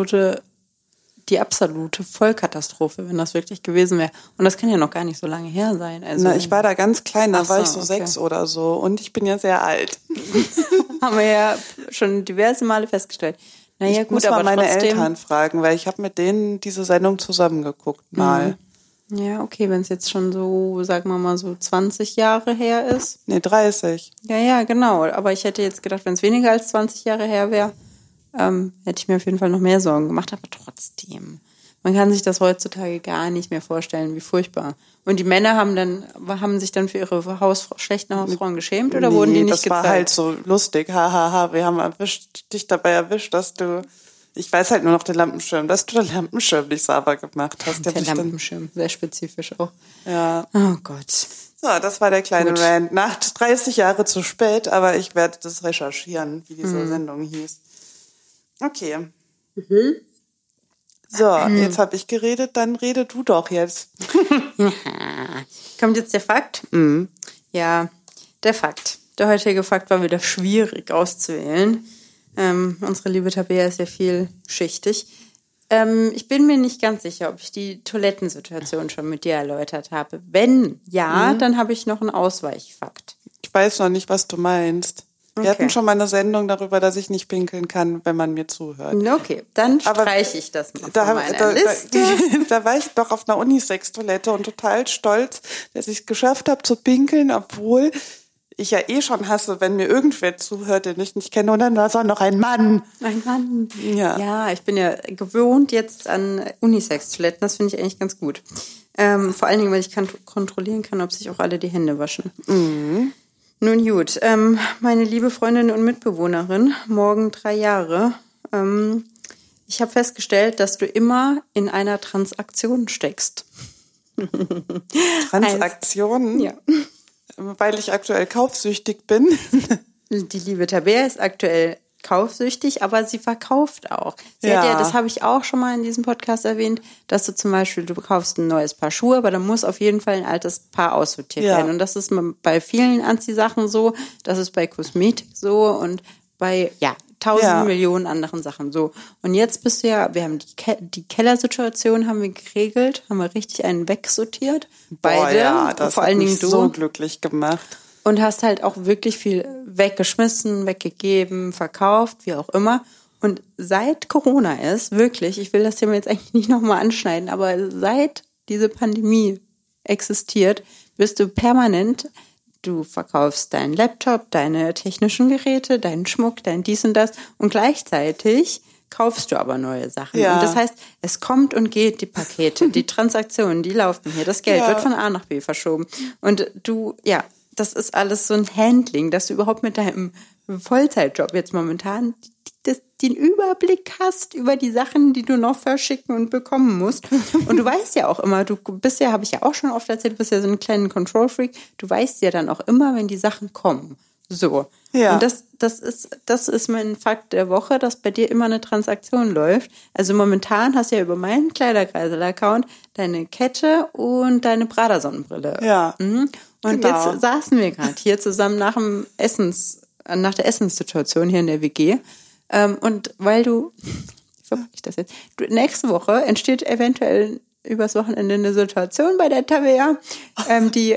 Speaker 2: die absolute Vollkatastrophe, wenn das wirklich gewesen wäre. Und das kann ja noch gar nicht so lange her sein. Also
Speaker 1: ich war da ganz klein, da war ich so 6 oder so. Und ich bin ja sehr alt.
Speaker 2: Haben wir ja schon diverse Male festgestellt. Naja,
Speaker 1: ich muss mal meine Eltern fragen, weil ich habe mit denen diese Sendung zusammengeguckt mal.
Speaker 2: Ja, okay, wenn es jetzt schon so, sagen wir mal so 20 Jahre her ist.
Speaker 1: Nee, 30.
Speaker 2: Ja, genau. Aber ich hätte jetzt gedacht, wenn es weniger als 20 Jahre her wäre, hätte ich mir auf jeden Fall noch mehr Sorgen gemacht. Aber trotzdem, man kann sich das heutzutage gar nicht mehr vorstellen, wie furchtbar. Und die Männer haben sich dann für ihre schlechten Hausfrauen geschämt oder wurden die nicht gezeigt?
Speaker 1: Das war halt so lustig. Hahaha, wir haben dich dabei erwischt, dass du, ich weiß halt nur noch den Lampenschirm, dass du den Lampenschirm nicht sauber gemacht hast.
Speaker 2: Der Lampenschirm, sehr spezifisch auch.
Speaker 1: Ja.
Speaker 2: Oh Gott.
Speaker 1: So, das war der kleine Rant. Nach 30 Jahre zu spät, aber ich werde das recherchieren, wie diese Sendung hieß. Okay. So, jetzt habe ich geredet, dann rede du doch jetzt.
Speaker 2: Kommt jetzt der Fakt? Ja, der Fakt. Der heutige Fakt war wieder schwierig auszuwählen. Unsere liebe Tabea ist ja vielschichtig. Ich bin mir nicht ganz sicher, ob ich die Toilettensituation schon mit dir erläutert habe. Wenn ja, dann habe ich noch einen Ausweichfakt.
Speaker 1: Ich weiß noch nicht, was du meinst. Wir hatten schon mal eine Sendung darüber, dass ich nicht pinkeln kann, wenn man mir zuhört.
Speaker 2: Okay, dann streiche ich das mal von meiner Liste.
Speaker 1: Da war ich doch auf einer Unisex-Toilette und total stolz, dass ich es geschafft habe zu pinkeln, obwohl ich ja eh schon hasse, wenn mir irgendwer zuhört, den ich nicht kenne. Und dann war es auch noch ein Mann.
Speaker 2: Ein Mann.
Speaker 1: Ja.
Speaker 2: Ja, ich bin ja gewohnt jetzt an Unisex-Toiletten. Das finde ich eigentlich ganz gut. Vor allen Dingen, weil ich kontrollieren kann, ob sich auch alle die Hände waschen. Nun gut, meine liebe Freundin und Mitbewohnerin, morgen 3 Jahre. Ich habe festgestellt, dass du immer in einer Transaktion steckst.
Speaker 1: Transaktionen?
Speaker 2: Ja.
Speaker 1: weil ich aktuell kaufsüchtig bin.
Speaker 2: Die liebe Tabea ist aktuell kaufsüchtig, aber sie verkauft auch. Sie hat ja, das habe ich auch schon mal in diesem Podcast erwähnt, dass du zum Beispiel, du kaufst ein neues Paar Schuhe, aber dann muss auf jeden Fall ein altes Paar aussortiert werden. Und das ist bei vielen Anziehsachen so, das ist bei Kosmetik so und bei, 1000 Millionen anderen Sachen so. Und jetzt bist du wir haben die Kellersituation haben wir geregelt, haben wir richtig einen wegsortiert. Beide,
Speaker 1: das
Speaker 2: vor allen Dingen
Speaker 1: mich
Speaker 2: du.
Speaker 1: So glücklich gemacht.
Speaker 2: Und hast halt auch wirklich viel weggeschmissen, weggegeben, verkauft, wie auch immer. Und seit Corona ist, wirklich, ich will das Thema jetzt eigentlich nicht nochmal anschneiden, aber seit diese Pandemie existiert, wirst du permanent, du verkaufst deinen Laptop, deine technischen Geräte, deinen Schmuck, dein dies und das und gleichzeitig kaufst du aber neue Sachen.
Speaker 1: Ja.
Speaker 2: Und das heißt, es kommt und geht, die Pakete, die Transaktionen, die laufen hier, das Geld wird von A nach B verschoben. Und du, das ist alles so ein Handling, dass du überhaupt mit deinem Vollzeitjob jetzt momentan den Überblick hast über die Sachen, die du noch verschicken und bekommen musst. Und du weißt ja auch immer, du bist ja, habe ich ja auch schon oft erzählt, du bist ja so ein kleiner Control-Freak, du weißt ja dann auch immer, wenn die Sachen kommen. So. Ja. Und das ist mein Fakt der Woche, dass bei dir immer eine Transaktion läuft. Also momentan hast du ja über meinen Kleiderkreisel-Account deine Kette und deine Prada-Sonnenbrille.
Speaker 1: Ja.
Speaker 2: Mhm. Und jetzt saßen wir gerade hier zusammen nach der Essenssituation hier in der WG. Und weil wie verpacke ich das jetzt? Nächste Woche entsteht eventuell übers Wochenende eine Situation bei der Tabea, die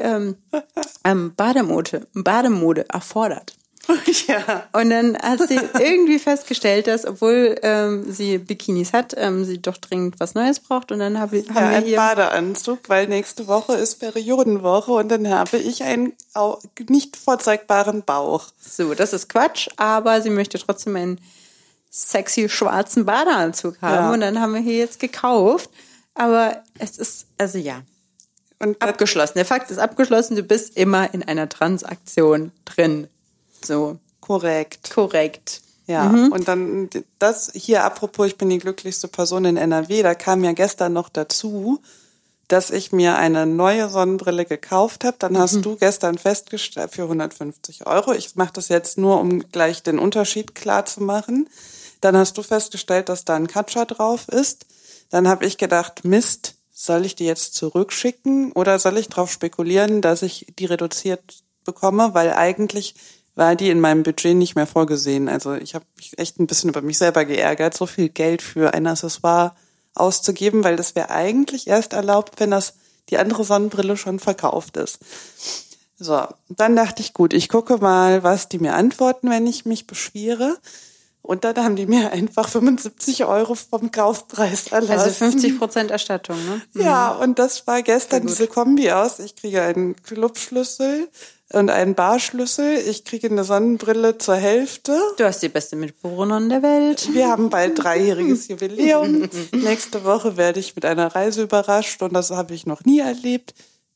Speaker 2: Bademode erfordert.
Speaker 1: Ja.
Speaker 2: Und dann hat sie irgendwie festgestellt, dass, obwohl sie Bikinis hat, sie doch dringend was Neues braucht. Und dann haben wir hier
Speaker 1: Badeanzug, weil nächste Woche ist Periodenwoche und dann habe ich einen nicht vorzeigbaren Bauch.
Speaker 2: So, das ist Quatsch, aber sie möchte trotzdem einen sexy schwarzen Badeanzug haben. Ja. Und dann haben wir hier jetzt gekauft. Aber es ist, und abgeschlossen. Der Fakt ist abgeschlossen, du bist immer in einer Transaktion drin. So. Korrekt.
Speaker 1: Ja, und dann das hier, apropos, ich bin die glücklichste Person in NRW, da kam ja gestern noch dazu, dass ich mir eine neue Sonnenbrille gekauft habe. Dann hast du gestern festgestellt, für 150 €. Ich mache das jetzt nur, um gleich den Unterschied klar zu machen. Dann hast du festgestellt, dass da ein Katscha drauf ist. Dann habe ich gedacht, Mist, soll ich die jetzt zurückschicken oder soll ich darauf spekulieren, dass ich die reduziert bekomme, weil eigentlich war die in meinem Budget nicht mehr vorgesehen. Also ich habe mich echt ein bisschen über mich selber geärgert, so viel Geld für ein Accessoire auszugeben, weil das wäre eigentlich erst erlaubt, wenn die andere Sonnenbrille schon verkauft ist. So, dann dachte ich, gut, ich gucke mal, was die mir antworten, wenn ich mich beschwere. Und dann haben die mir einfach 75 € vom Kaufpreis erlassen.
Speaker 2: Also 50% Erstattung, ne?
Speaker 1: Ja, und das war gestern diese Kombi aus. Ich kriege einen Clubschlüssel und einen Barschlüssel. Ich kriege eine Sonnenbrille zur Hälfte.
Speaker 2: Du hast die beste Mitbewohnerin der Welt.
Speaker 1: Wir haben bald 3-jähriges Jubiläum. Nächste Woche werde ich mit einer Reise überrascht und das habe ich noch nie erlebt.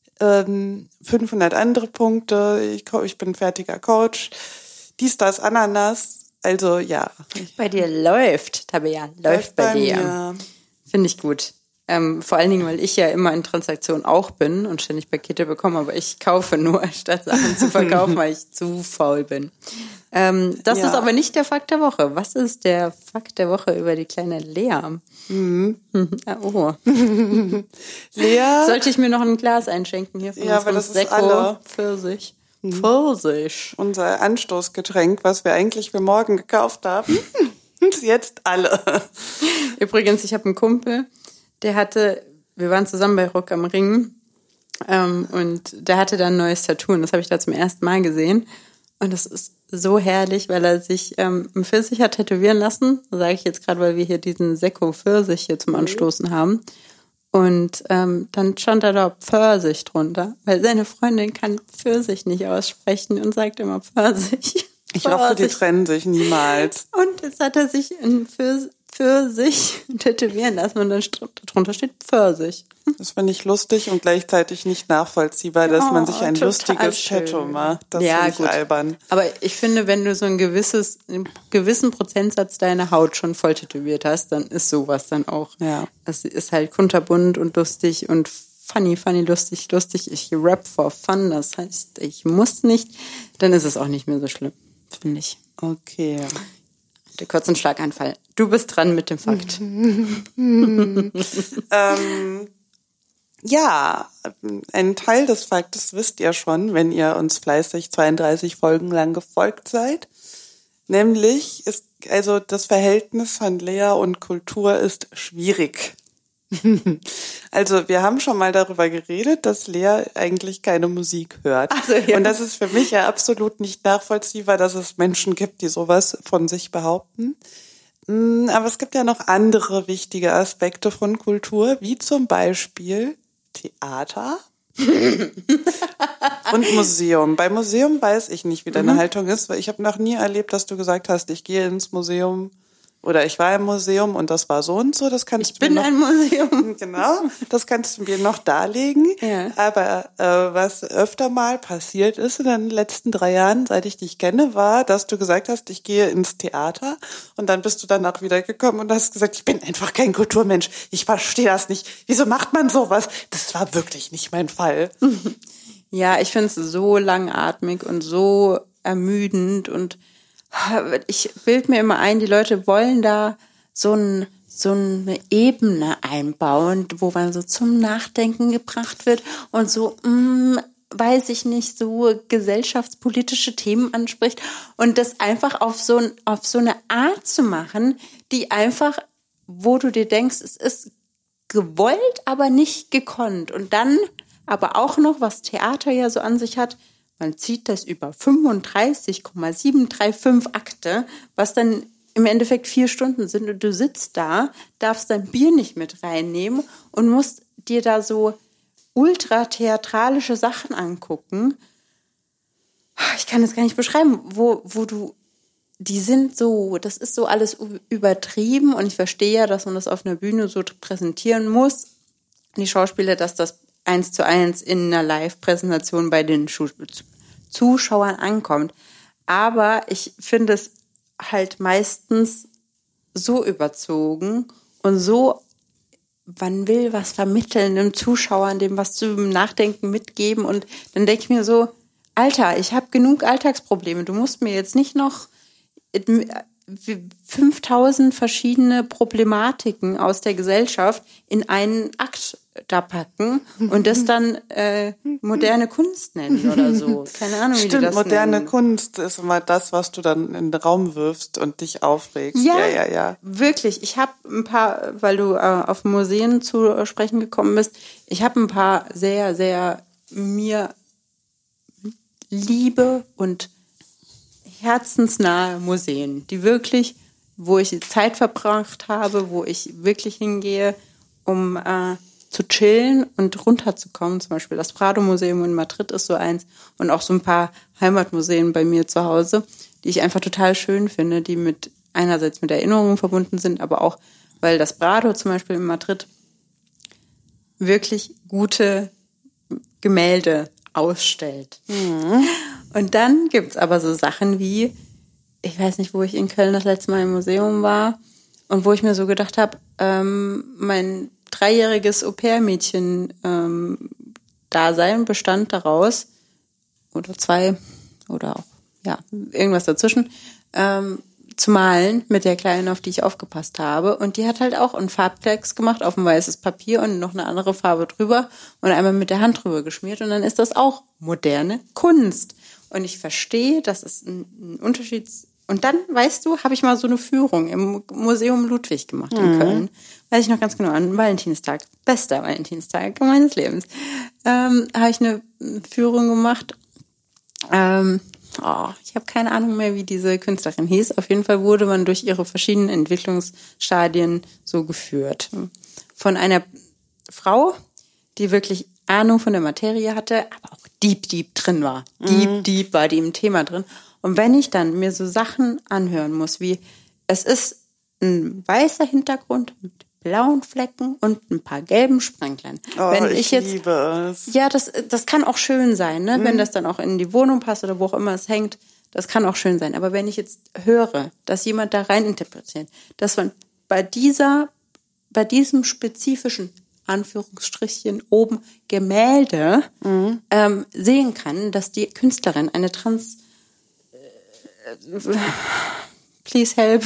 Speaker 1: 500 andere Punkte. Ich bin fertiger Coach. Dies, das, Ananas. Also, ja.
Speaker 2: Bei dir läuft, Tabea, läuft bei dir.
Speaker 1: Mir.
Speaker 2: Finde ich gut. Vor allen Dingen, weil ich ja immer in Transaktionen auch bin und ständig Pakete bekomme, aber ich kaufe nur, statt Sachen zu verkaufen, weil ich zu faul bin. Das ist aber nicht der Fakt der Woche. Was ist der Fakt der Woche über die kleine Lea? Oh.
Speaker 1: Lea?
Speaker 2: Sollte ich mir noch ein Glas einschenken hier von unserem Sekko Pfirsich? Pfirsich.
Speaker 1: Unser Anstoßgetränk, was wir eigentlich für morgen gekauft haben. Und jetzt alle.
Speaker 2: Übrigens, ich habe einen Kumpel, wir waren zusammen bei Rock am Ring und der hatte da ein neues Tattoo und das habe ich da zum ersten Mal gesehen. Und das ist so herrlich, weil er sich einen Pfirsich hat tätowieren lassen. Das sage ich jetzt gerade, weil wir hier diesen Sekko Pfirsich hier zum Anstoßen haben. Und dann stand da Pfirsich drunter, weil seine Freundin kann Pfirsich nicht aussprechen und sagt immer Pfirsich.
Speaker 1: Ich hoffe, die trennen sich niemals.
Speaker 2: Und jetzt hat er sich ein Pfirsich tätowieren lassen und dann darunter steht Pfirsich.
Speaker 1: Das finde ich lustig und gleichzeitig nicht nachvollziehbar, dass man sich ein lustiges Tattoo macht. Das finde ich albern.
Speaker 2: Aber ich finde, wenn du so einen gewissen Prozentsatz deiner Haut schon voll tätowiert hast, dann ist sowas dann auch. Ja. Es ist halt kunterbunt und lustig und funny, lustig, ich rap for fun, das heißt, ich muss nicht, dann ist es auch nicht mehr so schlimm, finde ich.
Speaker 1: Okay.
Speaker 2: Der kurzen Schlaganfall. Du bist dran mit dem Fakt.
Speaker 1: Ja, ein Teil des Faktes wisst ihr schon, wenn ihr uns fleißig 32 Folgen lang gefolgt seid. Nämlich ist, also das Verhältnis von Lea und Kultur ist schwierig. Also wir haben schon mal darüber geredet, dass Lea eigentlich keine Musik hört.
Speaker 2: Ach so, ja.
Speaker 1: Und das ist für mich ja absolut nicht nachvollziehbar, dass es Menschen gibt, die sowas von sich behaupten. Aber es gibt ja noch andere wichtige Aspekte von Kultur, wie zum Beispiel Theater und Museum. Bei Museum weiß ich nicht, wie deine Haltung ist, weil ich habe noch nie erlebt, dass du gesagt hast, ich gehe ins Museum oder ich war im Museum und das war so und so. Das kannst
Speaker 2: Ich bin ein Museum.
Speaker 1: Genau, das kannst du mir noch darlegen.
Speaker 2: Ja.
Speaker 1: Aber was öfter mal passiert ist in den letzten 3 Jahren, seit ich dich kenne, war, dass du gesagt hast, ich gehe ins Theater und dann bist du danach wiedergekommen und hast gesagt, ich bin einfach kein Kulturmensch. Ich verstehe das nicht. Wieso macht man sowas? Das war wirklich nicht mein Fall.
Speaker 2: Ja, ich finde es so langatmig und so ermüdend und ich bilde mir immer ein, die Leute wollen da so eine Ebene einbauen, wo man so zum Nachdenken gebracht wird und so, weiß ich nicht, so gesellschaftspolitische Themen anspricht und das einfach auf so eine Art zu machen, die einfach, wo du dir denkst, es ist gewollt, aber nicht gekonnt. Und dann aber auch noch, was Theater ja so an sich hat, man zieht das über 35,735 Akte, was dann im Endeffekt 4 Stunden sind und du sitzt da, darfst dein Bier nicht mit reinnehmen und musst dir da so ultra-theatralische Sachen angucken. Ich kann es gar nicht beschreiben, wo du, die sind so, das ist so alles übertrieben und ich verstehe ja, dass man das auf einer Bühne so präsentieren muss, die Schauspieler, dass das 1:1 in einer Live-Präsentation bei den Zuschauern ankommt. Aber ich finde es halt meistens so überzogen und so, man will was vermitteln dem Zuschauer, dem was zum Nachdenken mitgeben und dann denke ich mir so, Alter, ich habe genug Alltagsprobleme, du musst mir jetzt nicht noch 5000 verschiedene Problematiken aus der Gesellschaft in einen Akt da packen und das dann moderne Kunst nennen oder so. Keine Ahnung, wie die das
Speaker 1: moderne
Speaker 2: nennen.
Speaker 1: Kunst ist immer das, was du dann in den Raum wirfst und dich aufregst. Ja.
Speaker 2: Wirklich. Ich habe ein paar, weil du auf Museen zu sprechen gekommen bist, ich habe ein paar sehr, sehr mir liebe und herzensnahe Museen, die wirklich, wo ich Zeit verbracht habe, wo ich wirklich hingehe, um zu chillen und runterzukommen. Zum Beispiel das Prado-Museum in Madrid ist so eins und auch so ein paar Heimatmuseen bei mir zu Hause, die ich einfach total schön finde, die einerseits mit Erinnerungen verbunden sind, aber auch, weil das Prado zum Beispiel in Madrid wirklich gute Gemälde ausstellt. Mhm. Und dann gibt's aber so Sachen wie, ich weiß nicht, wo ich in Köln das letzte Mal im Museum war und wo ich mir so gedacht habe, mein 3-jähriges Au-pair-Mädchen-Dasein bestand daraus, oder 2, oder auch, ja, irgendwas dazwischen, zu malen mit der Kleinen, auf die ich aufgepasst habe. Und die hat halt auch einen Farbklecks gemacht auf ein weißes Papier und noch eine andere Farbe drüber und einmal mit der Hand drüber geschmiert. Und dann ist das auch moderne Kunst. Und ich verstehe, dass es ein Unterschied ist. Und dann, weißt du, habe ich mal so eine Führung im Museum Ludwig gemacht in Köln. Weiß ich noch ganz genau, an Valentinstag, bester Valentinstag meines Lebens, habe ich eine Führung gemacht. Ich habe keine Ahnung mehr, wie diese Künstlerin hieß. Auf jeden Fall wurde man durch ihre verschiedenen Entwicklungsstadien so geführt. Von einer Frau, die wirklich Ahnung von der Materie hatte, aber auch deep drin war. Deep war die im Thema drin. Und wenn ich dann mir so Sachen anhören muss, wie es ist ein weißer Hintergrund mit blauen Flecken und ein paar gelben Sprenklern.
Speaker 1: Oh,
Speaker 2: wenn
Speaker 1: ich liebe es.
Speaker 2: Ja, das kann auch schön sein, ne? Wenn das dann auch in die Wohnung passt oder wo auch immer es hängt, das kann auch schön sein. Aber wenn ich jetzt höre, dass jemand da rein interpretiert, dass man bei diesem spezifischen Anführungsstrichen oben Gemälde sehen kann, dass die Künstlerin eine please help.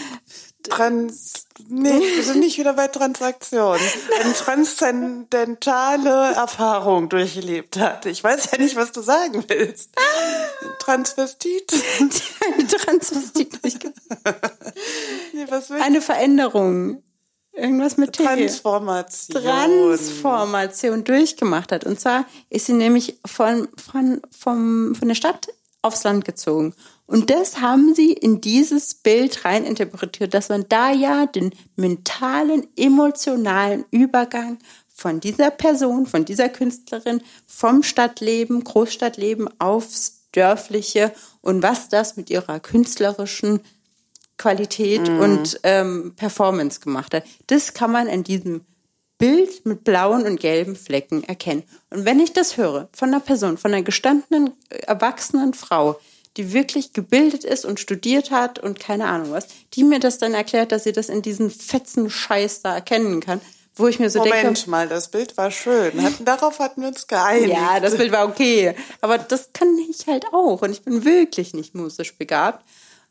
Speaker 1: Wir sind nicht wieder bei Transaktionen. Eine transzendentale Erfahrung durchgelebt hat. Ich weiß ja nicht, was du sagen willst. Transvestit?
Speaker 2: Eine Transvestit durchgemacht.
Speaker 1: Nee, was willst du?
Speaker 2: Eine Veränderung. Irgendwas mit T. Transformation durchgemacht hat. Und zwar ist sie nämlich von der Stadt aufs Land gezogen. Und das haben sie in dieses Bild rein interpretiert, dass man da ja den mentalen, emotionalen Übergang von dieser Person, von dieser Künstlerin, vom Stadtleben, Großstadtleben aufs Dörfliche und was das mit ihrer künstlerischen Qualität und Performance gemacht hat. Das kann man in diesem Bild mit blauen und gelben Flecken erkennen. Und wenn ich das höre von einer Person, von einer gestandenen, erwachsenen Frau, die wirklich gebildet ist und studiert hat und keine Ahnung was, die mir das dann erklärt, dass sie das in diesen fetzen Scheiß da erkennen kann, wo ich mir so denke...
Speaker 1: Moment mal, das Bild war schön. Darauf hatten wir uns geeinigt.
Speaker 2: Ja, das Bild war okay. Aber das kann ich halt auch. Und ich bin wirklich nicht musisch begabt.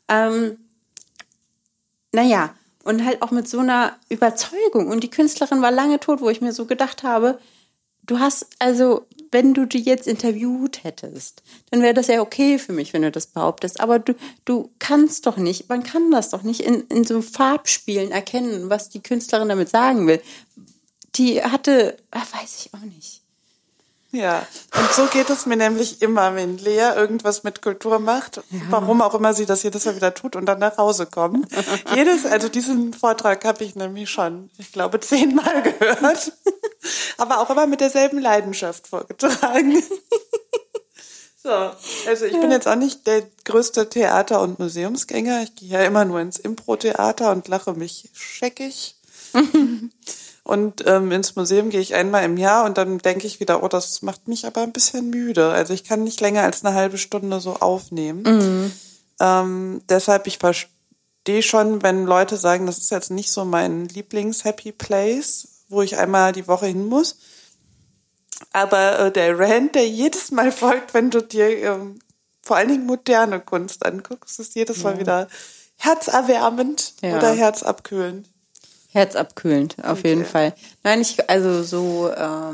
Speaker 2: Naja, und halt auch mit so einer Überzeugung. Und die Künstlerin war lange tot, wo ich mir so gedacht habe, du hast, also, wenn du die jetzt interviewt hättest, dann wäre das ja okay für mich, wenn du das behauptest. Aber du kannst doch nicht, man kann das doch nicht in so Farbspielen erkennen, was die Künstlerin damit sagen will. Die hatte, weiß ich auch nicht.
Speaker 1: Ja, und so geht es mir nämlich immer, wenn Lea irgendwas mit Kultur macht, warum auch immer sie das jedes Mal wieder tut und dann nach Hause kommt. Also diesen Vortrag habe ich nämlich schon, ich glaube, 10-mal gehört, aber auch immer mit derselben Leidenschaft vorgetragen. So, also ich bin jetzt auch nicht der größte Theater- und Museumsgänger, ich gehe ja immer nur ins Impro-Theater und lache mich scheckig. Und ins Museum gehe ich einmal im Jahr und dann denke ich wieder, oh, das macht mich aber ein bisschen müde. Also ich kann nicht länger als eine halbe Stunde so aufnehmen. Deshalb, ich verstehe schon, wenn Leute sagen, das ist jetzt nicht so mein Lieblings-Happy Place, wo ich einmal die Woche hin muss. Aber der Rant, der jedes Mal folgt, wenn du dir vor allen Dingen moderne Kunst anguckst, ist jedes Mal wieder herzerwärmend oder herzabkühlend.
Speaker 2: Herzabkühlend, auf jeden Fall. Nein, also so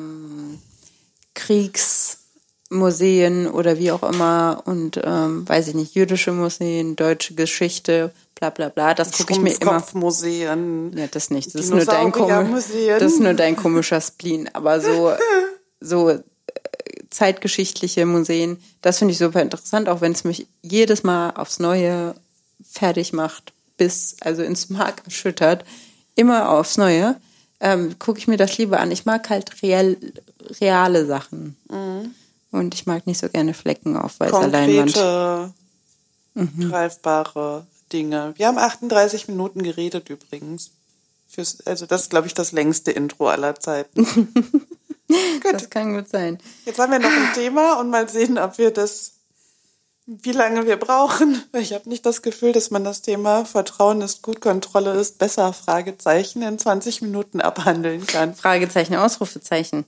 Speaker 2: Kriegsmuseen oder wie auch immer und weiß ich nicht, jüdische Museen, deutsche Geschichte, bla bla bla, das gucke ich mir immer.
Speaker 1: Schrumpfkopfmuseen.
Speaker 2: Ja, das nicht. Das ist nur dein komischer Spleen. Aber so zeitgeschichtliche Museen, das finde ich super interessant, auch wenn es mich jedes Mal aufs Neue fertig macht, also ins Mark erschüttert. Immer aufs Neue, gucke ich mir das lieber an. Ich mag halt reale Sachen. Und ich mag nicht so gerne Flecken auf weißer Leinwand.
Speaker 1: Konkrete, greifbare Dinge. Wir haben 38 Minuten geredet übrigens. Also das ist, glaube ich, das längste Intro aller Zeiten. Gut.
Speaker 2: Das kann gut sein.
Speaker 1: Jetzt haben wir noch ein Thema und mal sehen, ob wir wie lange wir brauchen. Ich habe nicht das Gefühl, dass man das Thema Vertrauen ist gut, Kontrolle ist besser, Fragezeichen, in 20 Minuten abhandeln kann.
Speaker 2: Fragezeichen, Ausrufezeichen.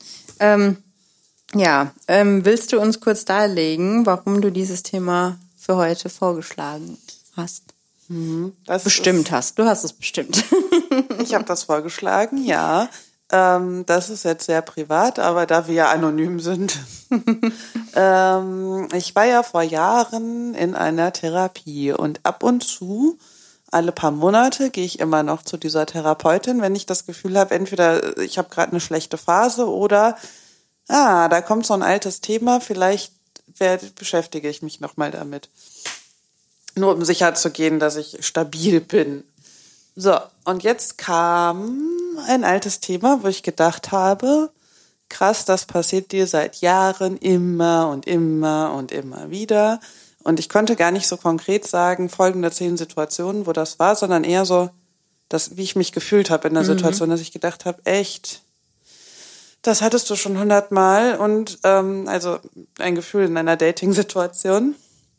Speaker 2: Willst du uns kurz darlegen, warum du dieses Thema für heute vorgeschlagen hast? Du hast es bestimmt.
Speaker 1: Ich habe das vorgeschlagen, ja. Das ist jetzt sehr privat, aber da wir ja anonym sind. Ich war ja vor Jahren in einer Therapie und ab und zu, alle paar Monate, gehe ich immer noch zu dieser Therapeutin, wenn ich das Gefühl habe, entweder ich habe gerade eine schlechte Phase oder da kommt so ein altes Thema, vielleicht beschäftige ich mich nochmal damit. Nur um sicher zu gehen, dass ich stabil bin. So, und jetzt kam ein altes Thema, wo ich gedacht habe, krass, das passiert dir seit Jahren immer und immer und immer wieder. Und ich konnte gar nicht so konkret sagen, folgende 10 Situationen, wo das war, sondern eher so, wie ich mich gefühlt habe in der Situation, dass ich gedacht habe, echt, das hattest du schon 100-mal und also ein Gefühl in einer Dating-Situation.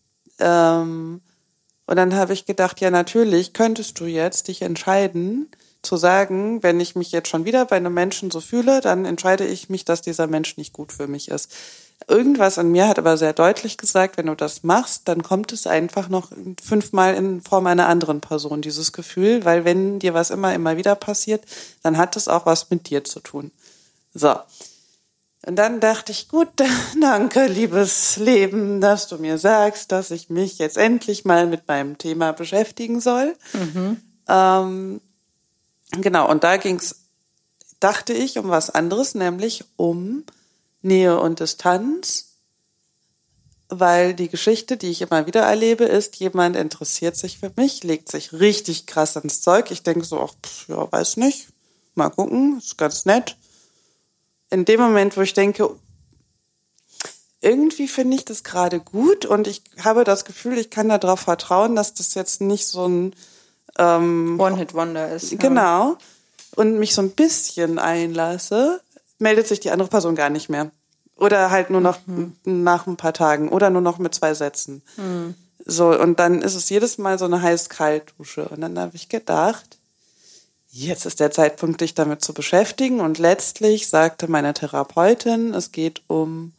Speaker 1: Und dann habe ich gedacht, ja, natürlich könntest du jetzt dich entscheiden, zu sagen, wenn ich mich jetzt schon wieder bei einem Menschen so fühle, dann entscheide ich mich, dass dieser Mensch nicht gut für mich ist. Irgendwas an mir hat aber sehr deutlich gesagt, wenn du das machst, dann kommt es einfach noch 5-mal in Form einer anderen Person, dieses Gefühl, weil wenn dir was immer wieder passiert, dann hat es auch was mit dir zu tun. So. Und dann dachte ich, gut, danke, liebes Leben, dass du mir sagst, dass ich mich jetzt endlich mal mit meinem Thema beschäftigen soll. Genau, und da dachte ich, um was anderes, nämlich um Nähe und Distanz, weil die Geschichte, die ich immer wieder erlebe, ist, jemand interessiert sich für mich, legt sich richtig krass ins Zeug. Ich denke so, ach, ja, weiß nicht, mal gucken, ist ganz nett. In dem Moment, wo ich denke, irgendwie finde ich das gerade gut und ich habe das Gefühl, ich kann darauf vertrauen, dass das jetzt nicht so ein
Speaker 2: One-Hit-Wonder ist.
Speaker 1: Genau. Und mich so ein bisschen einlasse, meldet sich die andere Person gar nicht mehr. Oder halt nur noch nach ein paar Tagen oder nur noch mit 2 Sätzen. So, und dann ist es jedes Mal so eine Heiß-Kalt-Dusche. Und dann habe ich gedacht, jetzt ist der Zeitpunkt, dich damit zu beschäftigen. Und letztlich sagte meine Therapeutin, es geht um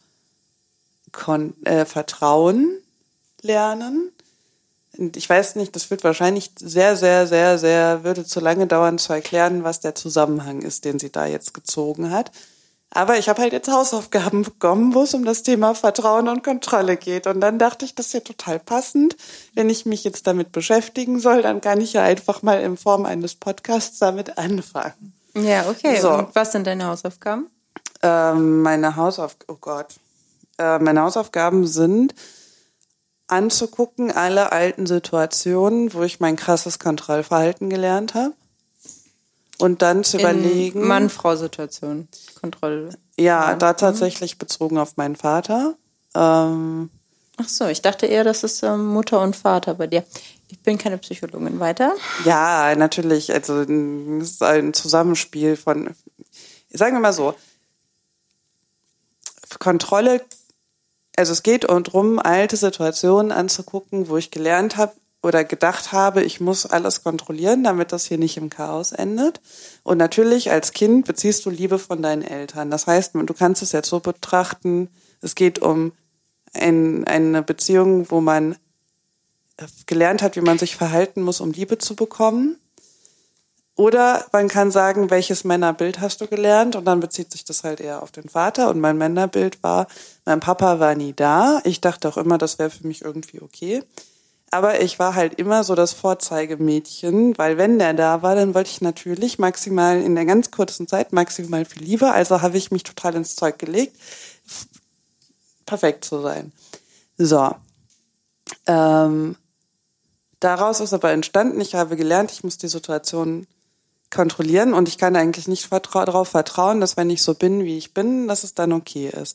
Speaker 1: Vertrauen lernen. Und ich weiß nicht, das wird wahrscheinlich würde zu lange dauern zu erklären, was der Zusammenhang ist, den sie da jetzt gezogen hat. Aber ich habe halt jetzt Hausaufgaben bekommen, wo es um das Thema Vertrauen und Kontrolle geht. Und dann dachte ich, das ist ja total passend. Wenn ich mich jetzt damit beschäftigen soll, dann kann ich ja einfach mal in Form eines Podcasts damit anfangen.
Speaker 2: Ja, okay.
Speaker 1: So.
Speaker 2: Und was sind deine Hausaufgaben?
Speaker 1: Meine Hausaufgaben sind, anzugucken alle alten Situationen, wo ich mein krasses Kontrollverhalten gelernt habe. Und dann zu überlegen.
Speaker 2: Mann-Frau-Situation. Kontrolle.
Speaker 1: Ja, da tatsächlich bezogen auf meinen Vater.
Speaker 2: Ach so, ich dachte eher, das ist Mutter und Vater bei dir. Ich bin keine Psychologin. Weiter?
Speaker 1: Ja, natürlich. Also, es ist ein Zusammenspiel von, sagen wir mal so, Kontrolle. Also es geht darum, alte Situationen anzugucken, wo ich gelernt habe oder gedacht habe, ich muss alles kontrollieren, damit das hier nicht im Chaos endet. Und natürlich als Kind beziehst du Liebe von deinen Eltern. Das heißt, du kannst es jetzt so betrachten, es geht um eine Beziehung, wo man gelernt hat, wie man sich verhalten muss, um Liebe zu bekommen. Oder man kann sagen, welches Männerbild hast du gelernt? Und dann bezieht sich das halt eher auf den Vater. Und mein Männerbild war, mein Papa war nie da. Ich dachte auch immer, das wäre für mich irgendwie okay. Aber ich war halt immer so das Vorzeigemädchen, weil wenn der da war, dann wollte ich natürlich maximal in der ganz kurzen Zeit maximal viel Liebe. Also habe ich mich total ins Zeug gelegt, perfekt zu sein. So. Daraus ist aber entstanden, ich habe gelernt, ich muss die Situation kontrollieren und ich kann eigentlich nicht darauf vertrauen, dass wenn ich so bin, wie ich bin, dass es dann okay ist.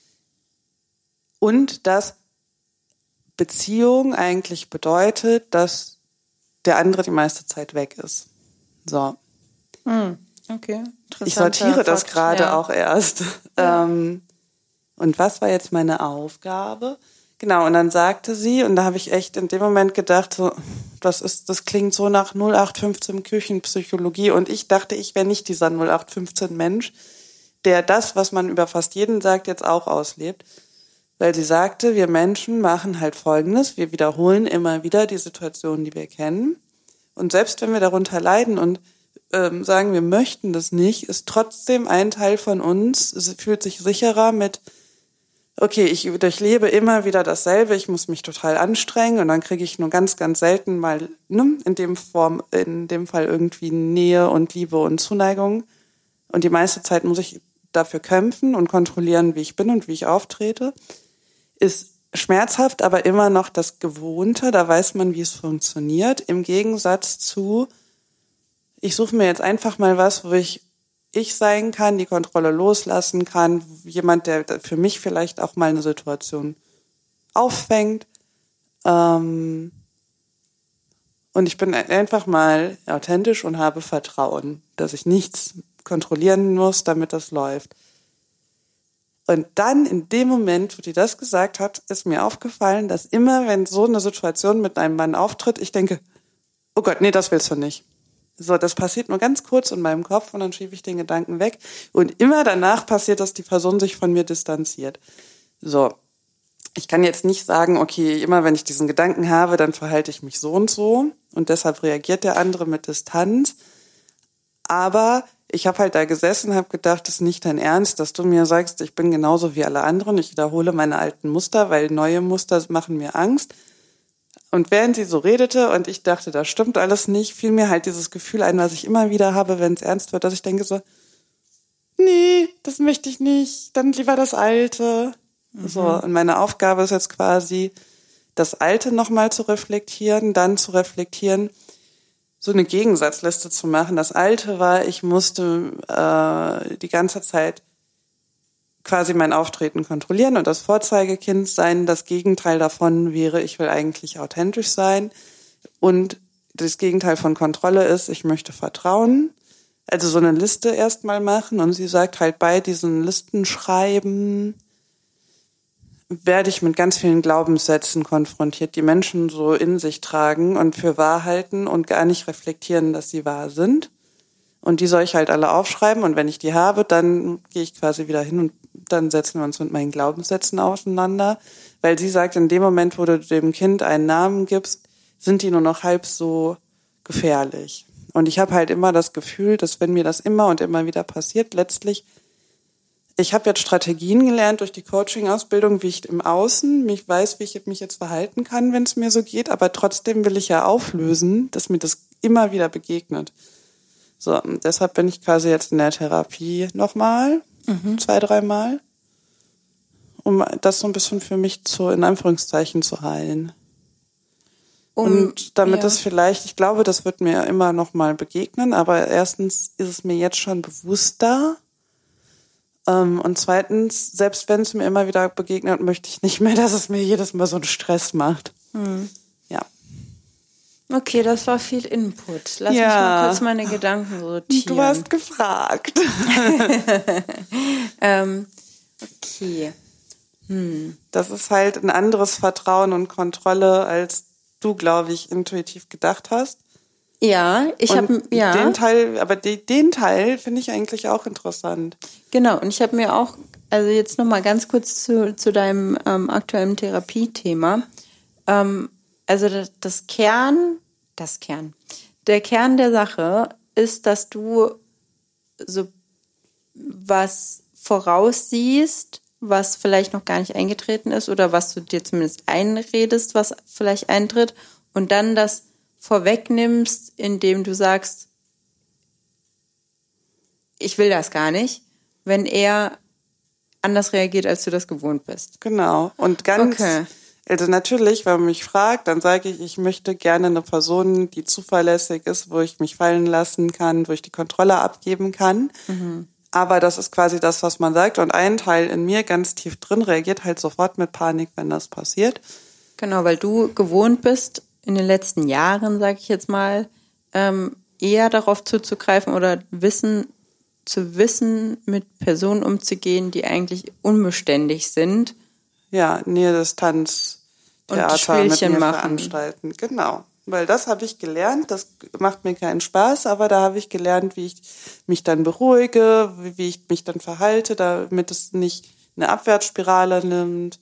Speaker 1: Und dass Beziehung eigentlich bedeutet, dass der andere die meiste Zeit weg ist. So.
Speaker 2: Okay.
Speaker 1: Ich sortiere das gerade auch erst. Ja. Und was war jetzt meine Aufgabe? Genau, und dann sagte sie, und da habe ich echt in dem Moment gedacht, so, das klingt so nach 0815 Küchenpsychologie. Und ich dachte, ich wäre nicht dieser 0815 Mensch, der das, was man über fast jeden sagt, jetzt auch auslebt. Weil sie sagte, wir Menschen machen halt Folgendes, wir wiederholen immer wieder die Situationen, die wir kennen. Und selbst wenn wir darunter leiden und sagen, wir möchten das nicht, ist trotzdem ein Teil von uns, fühlt sich sicherer mit, okay, ich durchlebe immer wieder dasselbe, ich muss mich total anstrengen und dann kriege ich nur ganz, ganz selten mal, in dem Fall irgendwie Nähe und Liebe und Zuneigung. Und die meiste Zeit muss ich dafür kämpfen und kontrollieren, wie ich bin und wie ich auftrete. Ist schmerzhaft, aber immer noch das Gewohnte, da weiß man, wie es funktioniert. Im Gegensatz zu, ich suche mir jetzt einfach mal was, wo ich sein kann, die Kontrolle loslassen kann, jemand, der für mich vielleicht auch mal eine Situation auffängt. Und ich bin einfach mal authentisch und habe Vertrauen, dass ich nichts kontrollieren muss, damit das läuft. Und dann in dem Moment, wo die das gesagt hat, ist mir aufgefallen, dass immer, wenn so eine Situation mit einem Mann auftritt, ich denke, oh Gott, nee, das willst du nicht. So, das passiert nur ganz kurz in meinem Kopf und dann schiebe ich den Gedanken weg. Und immer danach passiert, dass die Person sich von mir distanziert. So, ich kann jetzt nicht sagen, okay, immer wenn ich diesen Gedanken habe, dann verhalte ich mich so und deshalb reagiert der andere mit Distanz. Aber ich habe halt da gesessen, habe gedacht, das ist nicht dein Ernst, dass du mir sagst, ich bin genauso wie alle anderen, ich wiederhole meine alten Muster, weil neue Muster machen mir Angst. Und während sie so redete und ich dachte, das stimmt alles nicht, fiel mir halt dieses Gefühl ein, was ich immer wieder habe, wenn es ernst wird, dass ich denke so, nee, das möchte ich nicht, dann lieber das Alte. So, und meine Aufgabe ist jetzt quasi, das Alte nochmal zu reflektieren, dann zu reflektieren, so eine Gegensatzliste zu machen. Das Alte war, ich musste die ganze Zeit quasi mein Auftreten kontrollieren und das Vorzeigekind sein. Das Gegenteil davon wäre, ich will eigentlich authentisch sein. Und das Gegenteil von Kontrolle ist, ich möchte vertrauen. Also so eine Liste erstmal machen. Und sie sagt halt, bei diesen Listen schreiben werde ich mit ganz vielen Glaubenssätzen konfrontiert, die Menschen so in sich tragen und für wahr halten und gar nicht reflektieren, dass sie wahr sind. Und die soll ich halt alle aufschreiben und wenn ich die habe, dann gehe ich quasi wieder hin und dann setzen wir uns mit meinen Glaubenssätzen auseinander. Weil sie sagt, in dem Moment, wo du dem Kind einen Namen gibst, sind die nur noch halb so gefährlich. Und ich habe halt immer das Gefühl, dass wenn mir das immer und immer wieder passiert, letztlich, ich habe jetzt Strategien gelernt durch die Coaching-Ausbildung, wie ich im Außen mich weiß, wie ich mich jetzt verhalten kann, wenn es mir so geht. Aber trotzdem will ich ja auflösen, dass mir das immer wieder begegnet. So, und deshalb bin ich quasi jetzt in der Therapie nochmal, 2-3 Mal, um das so ein bisschen für mich in Anführungszeichen zu heilen. Und damit es vielleicht, ich glaube, das wird mir immer nochmal begegnen, aber erstens ist es mir jetzt schon bewusster. Und zweitens, selbst wenn es mir immer wieder begegnet, möchte ich nicht mehr, dass es mir jedes Mal so einen Stress macht. Ja.
Speaker 2: Okay, das war viel Input. Lass mich mal kurz meine Gedanken sortieren.
Speaker 1: Du hast gefragt.
Speaker 2: Okay.
Speaker 1: Das ist halt ein anderes Vertrauen und Kontrolle, als du, glaube ich, intuitiv gedacht hast.
Speaker 2: Ja,
Speaker 1: den Teil finde ich eigentlich auch interessant.
Speaker 2: Genau, und ich habe mir auch, also jetzt nochmal ganz kurz zu deinem aktuellen Therapiethema. Also der Kern der Sache ist, dass du so was voraussiehst, was vielleicht noch gar nicht eingetreten ist oder was du dir zumindest einredest, was vielleicht eintritt und dann das vorwegnimmst, indem du sagst, ich will das gar nicht, wenn er anders reagiert, als du das gewohnt bist.
Speaker 1: Genau. Und also natürlich, wenn man mich fragt, dann sage ich, ich möchte gerne eine Person, die zuverlässig ist, wo ich mich fallen lassen kann, wo ich die Kontrolle abgeben kann. Aber das ist quasi das, was man sagt. Und ein Teil in mir ganz tief drin reagiert halt sofort mit Panik, wenn das passiert.
Speaker 2: Genau, weil du gewohnt bist, in den letzten Jahren, sage ich jetzt mal, eher darauf zuzugreifen oder zu wissen, mit Personen umzugehen, die eigentlich unbeständig sind.
Speaker 1: Ja, Nähe-Distanz, Theater mit mir veranstalten. Genau, weil das habe ich gelernt. Das macht mir keinen Spaß, aber da habe ich gelernt, wie ich mich dann beruhige, wie ich mich dann verhalte, damit es nicht eine Abwärtsspirale nimmt.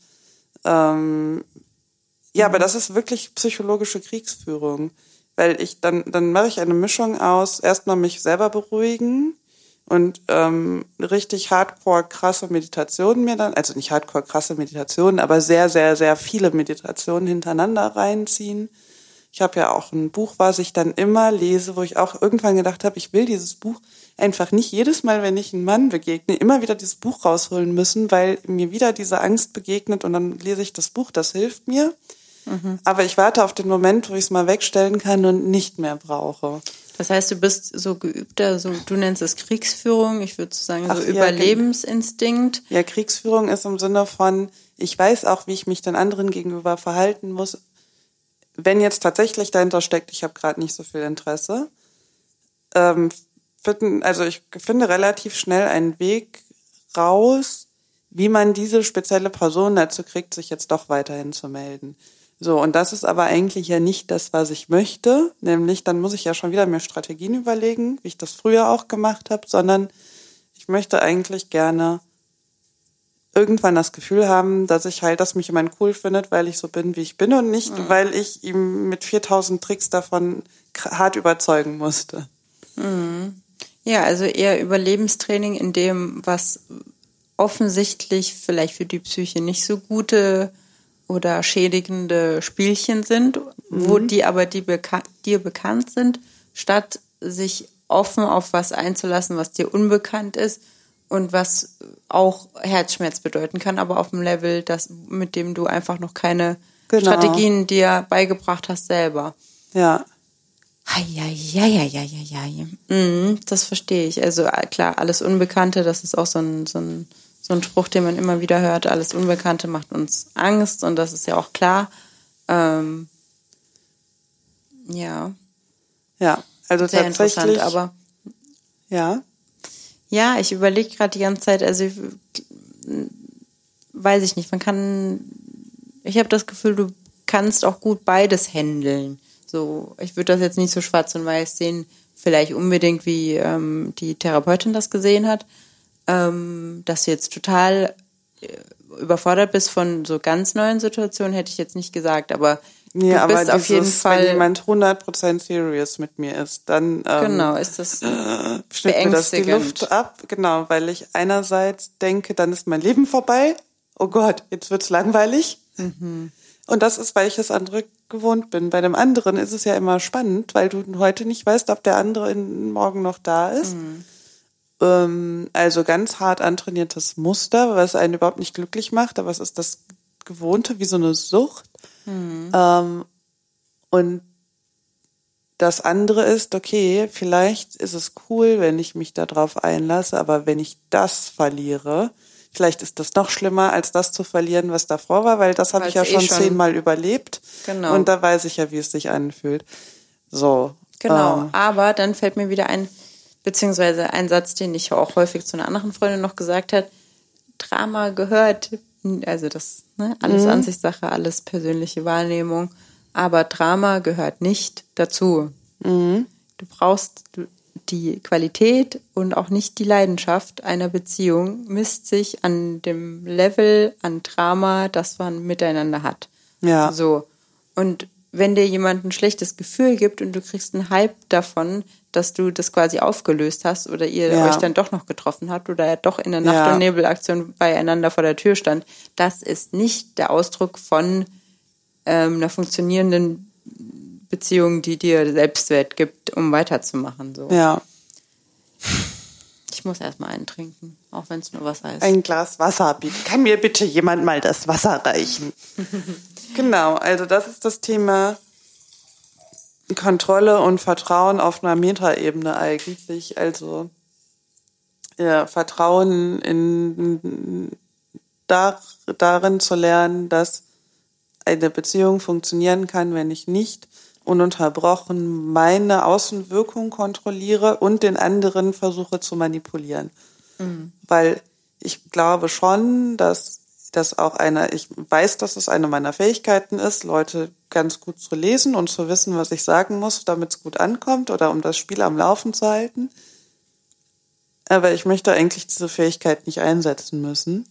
Speaker 1: Ja, aber das ist wirklich psychologische Kriegsführung, weil dann mache ich eine Mischung aus erstmal mich selber beruhigen und richtig hardcore krasse Meditationen mir dann, also nicht hardcore krasse Meditationen, aber sehr, sehr, sehr viele Meditationen hintereinander reinziehen. Ich habe ja auch ein Buch, was ich dann immer lese, wo ich auch irgendwann gedacht habe, ich will dieses Buch einfach nicht jedes Mal, wenn ich einem Mann begegne, immer wieder dieses Buch rausholen müssen, weil mir wieder diese Angst begegnet und dann lese ich das Buch, das hilft mir. Aber ich warte auf den Moment, wo ich es mal wegstellen kann und nicht mehr brauche.
Speaker 2: Das heißt, du bist so geübter, du nennst es Kriegsführung, ich würde sagen so Überlebensinstinkt.
Speaker 1: Ja, Kriegsführung ist im Sinne von, ich weiß auch, wie ich mich den anderen gegenüber verhalten muss. Wenn jetzt tatsächlich dahinter steckt, ich habe gerade nicht so viel Interesse, ich finde relativ schnell einen Weg raus, wie man diese spezielle Person dazu kriegt, sich jetzt doch weiterhin zu melden. So, und das ist aber eigentlich ja nicht das, was ich möchte. Nämlich, dann muss ich ja schon wieder mir Strategien überlegen, wie ich das früher auch gemacht habe, sondern ich möchte eigentlich gerne irgendwann das Gefühl haben, dass mich jemand cool findet, weil ich so bin, wie ich bin und nicht, weil ich ihm mit 4000 Tricks davon hart überzeugen musste.
Speaker 2: Ja, also eher Überlebenstraining in dem, was offensichtlich vielleicht für die Psyche nicht so gute oder schädigende Spielchen sind, wo die aber dir bekannt sind, statt sich offen auf was einzulassen, was dir unbekannt ist und was auch Herzschmerz bedeuten kann, aber auf dem Level, mit dem du einfach noch keine Strategien dir beigebracht hast selber.
Speaker 1: Ja.
Speaker 2: Das verstehe ich. Also klar, alles Unbekannte, das ist auch so ein Spruch, den man immer wieder hört, alles Unbekannte macht uns Angst und das ist ja auch klar. Ja.
Speaker 1: Ja, also
Speaker 2: sehr
Speaker 1: tatsächlich.
Speaker 2: Interessant, aber
Speaker 1: ja.
Speaker 2: Ja, ich überlege gerade die ganze Zeit, also weiß ich nicht, ich habe das Gefühl, du kannst auch gut beides handeln. So, ich würde das jetzt nicht so schwarz und weiß sehen, vielleicht unbedingt, wie die Therapeutin das gesehen hat, dass du jetzt total überfordert bist von so ganz neuen Situationen, hätte ich jetzt nicht gesagt, aber
Speaker 1: ja,
Speaker 2: du bist
Speaker 1: aber
Speaker 2: auf jeden Fall...
Speaker 1: Wenn jemand 100% serious mit mir ist, dann
Speaker 2: genau, ist das
Speaker 1: schnippt mir das die Luft ab. Genau, weil ich einerseits denke, dann ist mein Leben vorbei. Oh Gott, jetzt wird's langweilig. Mhm. Und das ist, weil ich das andere gewohnt bin. Bei dem anderen ist es ja immer spannend, weil du heute nicht weißt, ob der andere morgen noch da ist. Mhm. Also ganz hart antrainiertes Muster, was einen überhaupt nicht glücklich macht, aber es ist das Gewohnte, wie so eine Sucht. Mhm. Und das andere ist, okay, vielleicht ist es cool, wenn ich mich darauf einlasse, aber wenn ich das verliere, vielleicht ist das noch schlimmer, als das zu verlieren, was davor war, weil das habe ich ja schon 10-mal überlebt.
Speaker 2: Genau.
Speaker 1: Und da weiß ich ja, wie es sich anfühlt. So.
Speaker 2: Genau, aber dann fällt mir wieder beziehungsweise ein Satz, den ich auch häufig zu einer anderen Freundin noch gesagt habe, Drama gehört, also das, alles Ansichtssache, alles persönliche Wahrnehmung, aber Drama gehört nicht dazu. Mhm. Du brauchst die Qualität und auch nicht die Leidenschaft einer Beziehung misst sich an dem Level an Drama, das man miteinander hat.
Speaker 1: Ja.
Speaker 2: So. Und wenn dir jemand ein schlechtes Gefühl gibt und du kriegst einen Hype davon, dass du das quasi aufgelöst hast oder ihr euch dann doch noch getroffen habt oder er doch in der Nacht- und Nebelaktion beieinander vor der Tür stand, das ist nicht der Ausdruck von einer funktionierenden Beziehung, die dir Selbstwert gibt, um weiterzumachen. So.
Speaker 1: Ja.
Speaker 2: Ich muss erstmal einen trinken, auch wenn es nur Wasser ist.
Speaker 1: Ein Glas Wasser bieten. Kann mir bitte jemand mal das Wasser reichen? Genau, also das ist das Thema Kontrolle und Vertrauen auf einer Metaebene eigentlich. Also Vertrauen darin zu lernen, dass eine Beziehung funktionieren kann, wenn ich nicht ununterbrochen meine Außenwirkung kontrolliere und den anderen versuche zu manipulieren. Mhm. Weil ich glaube schon, dass ich weiß, dass es eine meiner Fähigkeiten ist, Leute ganz gut zu lesen und zu wissen, was ich sagen muss, damit es gut ankommt oder um das Spiel am Laufen zu halten. Aber ich möchte eigentlich diese Fähigkeit nicht einsetzen müssen.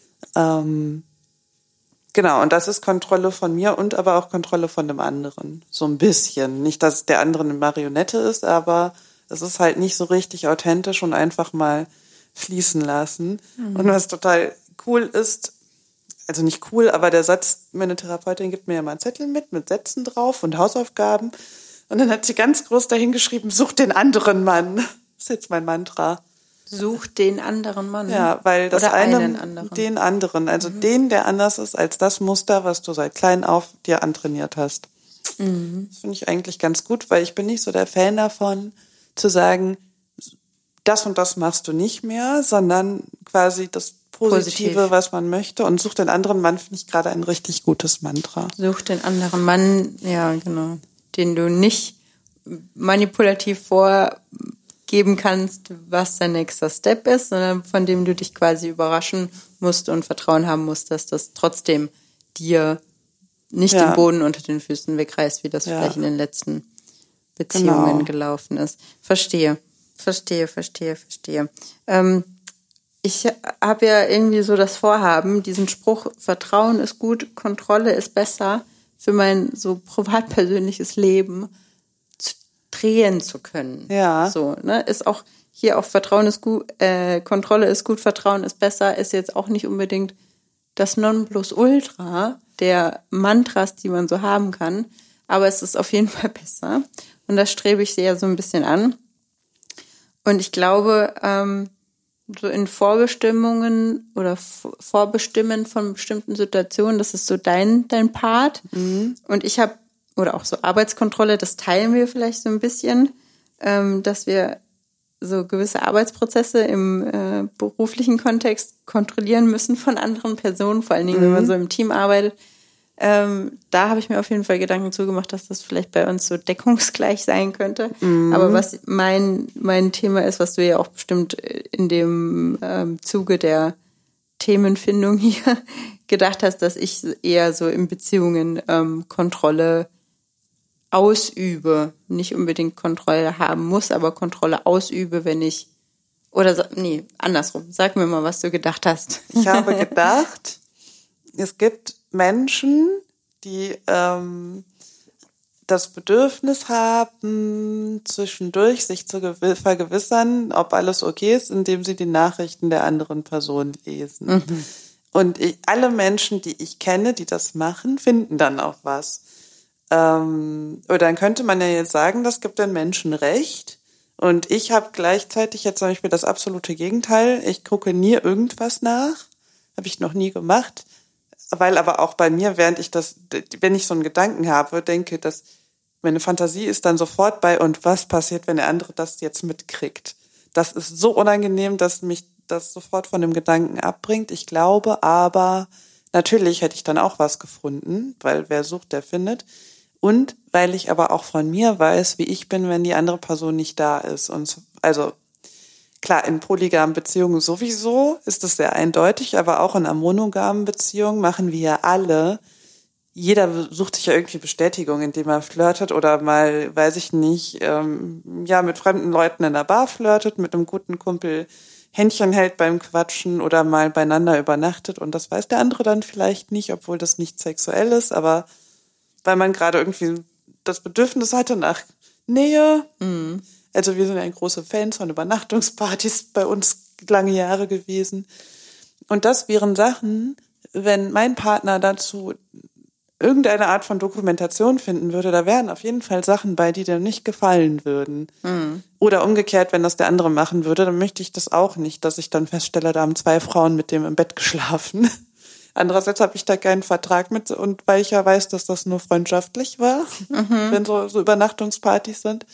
Speaker 1: Genau, und das ist Kontrolle von mir und aber auch Kontrolle von dem anderen. So ein bisschen. Nicht, dass der andere eine Marionette ist, aber es ist halt nicht so richtig authentisch und einfach mal fließen lassen. Mhm. Und was total cool ist, also nicht cool, aber der Satz, meine Therapeutin gibt mir ja mal einen Zettel mit Sätzen drauf und Hausaufgaben. Und dann hat sie ganz groß dahingeschrieben, such den anderen Mann. Das ist jetzt mein Mantra.
Speaker 2: Such den anderen Mann.
Speaker 1: Ja, weil das
Speaker 2: oder
Speaker 1: eine,
Speaker 2: einen anderen.
Speaker 1: Den anderen, also den, der anders ist als das Muster, was du seit klein auf dir antrainiert hast. Mhm. Das finde ich eigentlich ganz gut, weil ich bin nicht so der Fan davon, zu sagen, das und das machst du nicht mehr, sondern quasi das Positive, was man möchte. Und such den anderen Mann, finde ich gerade ein richtig gutes Mantra.
Speaker 2: Such den anderen Mann, ja, genau, den du nicht manipulativ vorgeben kannst, was dein nächster Step ist, sondern von dem du dich quasi überraschen musst und Vertrauen haben musst, dass das trotzdem dir nicht den Boden unter den Füßen wegreißt, wie das vielleicht in den letzten Beziehungen gelaufen ist. Verstehe. Ich habe ja irgendwie so das Vorhaben, diesen Spruch, Vertrauen ist gut, Kontrolle ist besser, für mein so privat-persönliches Leben drehen zu können.
Speaker 1: Ja.
Speaker 2: So, ne? Ist auch hier auch Vertrauen ist gut, Kontrolle ist gut, Vertrauen ist besser, ist jetzt auch nicht unbedingt das Nonplusultra der Mantras, die man so haben kann, aber es ist auf jeden Fall besser. Und das strebe ich sehr so ein bisschen an. Und ich glaube, so in Vorbestimmungen oder Vorbestimmen von bestimmten Situationen, das ist so dein Part. Mhm. Und ich habe, oder auch so Arbeitskontrolle, das teilen wir vielleicht so ein bisschen, dass wir so gewisse Arbeitsprozesse im beruflichen Kontext kontrollieren müssen von anderen Personen, vor allen Dingen, wenn man so im Team arbeitet. Da habe ich mir auf jeden Fall Gedanken zugemacht, dass das vielleicht bei uns so deckungsgleich sein könnte. Mhm. Aber was mein Thema ist, was du ja auch bestimmt in dem Zuge der Themenfindung hier gedacht hast, dass ich eher so in Beziehungen Kontrolle ausübe. Nicht unbedingt Kontrolle haben muss, aber Kontrolle ausübe, wenn ich andersrum. Sag mir mal, was du gedacht hast.
Speaker 1: Ich habe gedacht, es gibt Menschen, die das Bedürfnis haben, zwischendurch sich zu vergewissern, ob alles okay ist, indem sie die Nachrichten der anderen Person lesen. Mhm. Und alle Menschen, die ich kenne, die das machen, finden dann auch was. Oder dann könnte man ja jetzt sagen, das gibt den Menschen recht. Und ich habe gleichzeitig jetzt zum Beispiel das absolute Gegenteil. Ich gucke nie irgendwas nach. Habe ich noch nie gemacht. Weil aber auch bei mir, wenn ich so einen Gedanken habe, denke, dass meine Fantasie ist dann sofort bei, und was passiert, wenn der andere das jetzt mitkriegt? Das ist so unangenehm, dass mich das sofort von dem Gedanken abbringt. Ich glaube aber, natürlich hätte ich dann auch was gefunden, weil wer sucht, der findet. Und weil ich aber auch von mir weiß, wie ich bin, wenn die andere Person nicht da ist. Und also klar, in polygamen Beziehungen sowieso ist das sehr eindeutig, aber auch in einer monogamen Beziehung machen wir ja alle. Jeder sucht sich ja irgendwie Bestätigung, indem er flirtet oder mal, weiß ich nicht, mit fremden Leuten in der Bar flirtet, mit einem guten Kumpel Händchen hält beim Quatschen oder mal beieinander übernachtet. Und das weiß der andere dann vielleicht nicht, obwohl das nicht sexuell ist, aber weil man gerade irgendwie das Bedürfnis hatte nach Nähe. Mhm. Also wir sind ja große Fans von Übernachtungspartys bei uns lange Jahre gewesen. Und das wären Sachen, wenn mein Partner dazu irgendeine Art von Dokumentation finden würde, da wären auf jeden Fall Sachen bei, die dem nicht gefallen würden. Mhm. Oder umgekehrt, wenn das der andere machen würde, dann möchte ich das auch nicht, dass ich dann feststelle, da haben 2 Frauen mit dem im Bett geschlafen. Andererseits habe ich da keinen Vertrag mit, und weil ich ja weiß, dass das nur freundschaftlich war, wenn so Übernachtungspartys sind.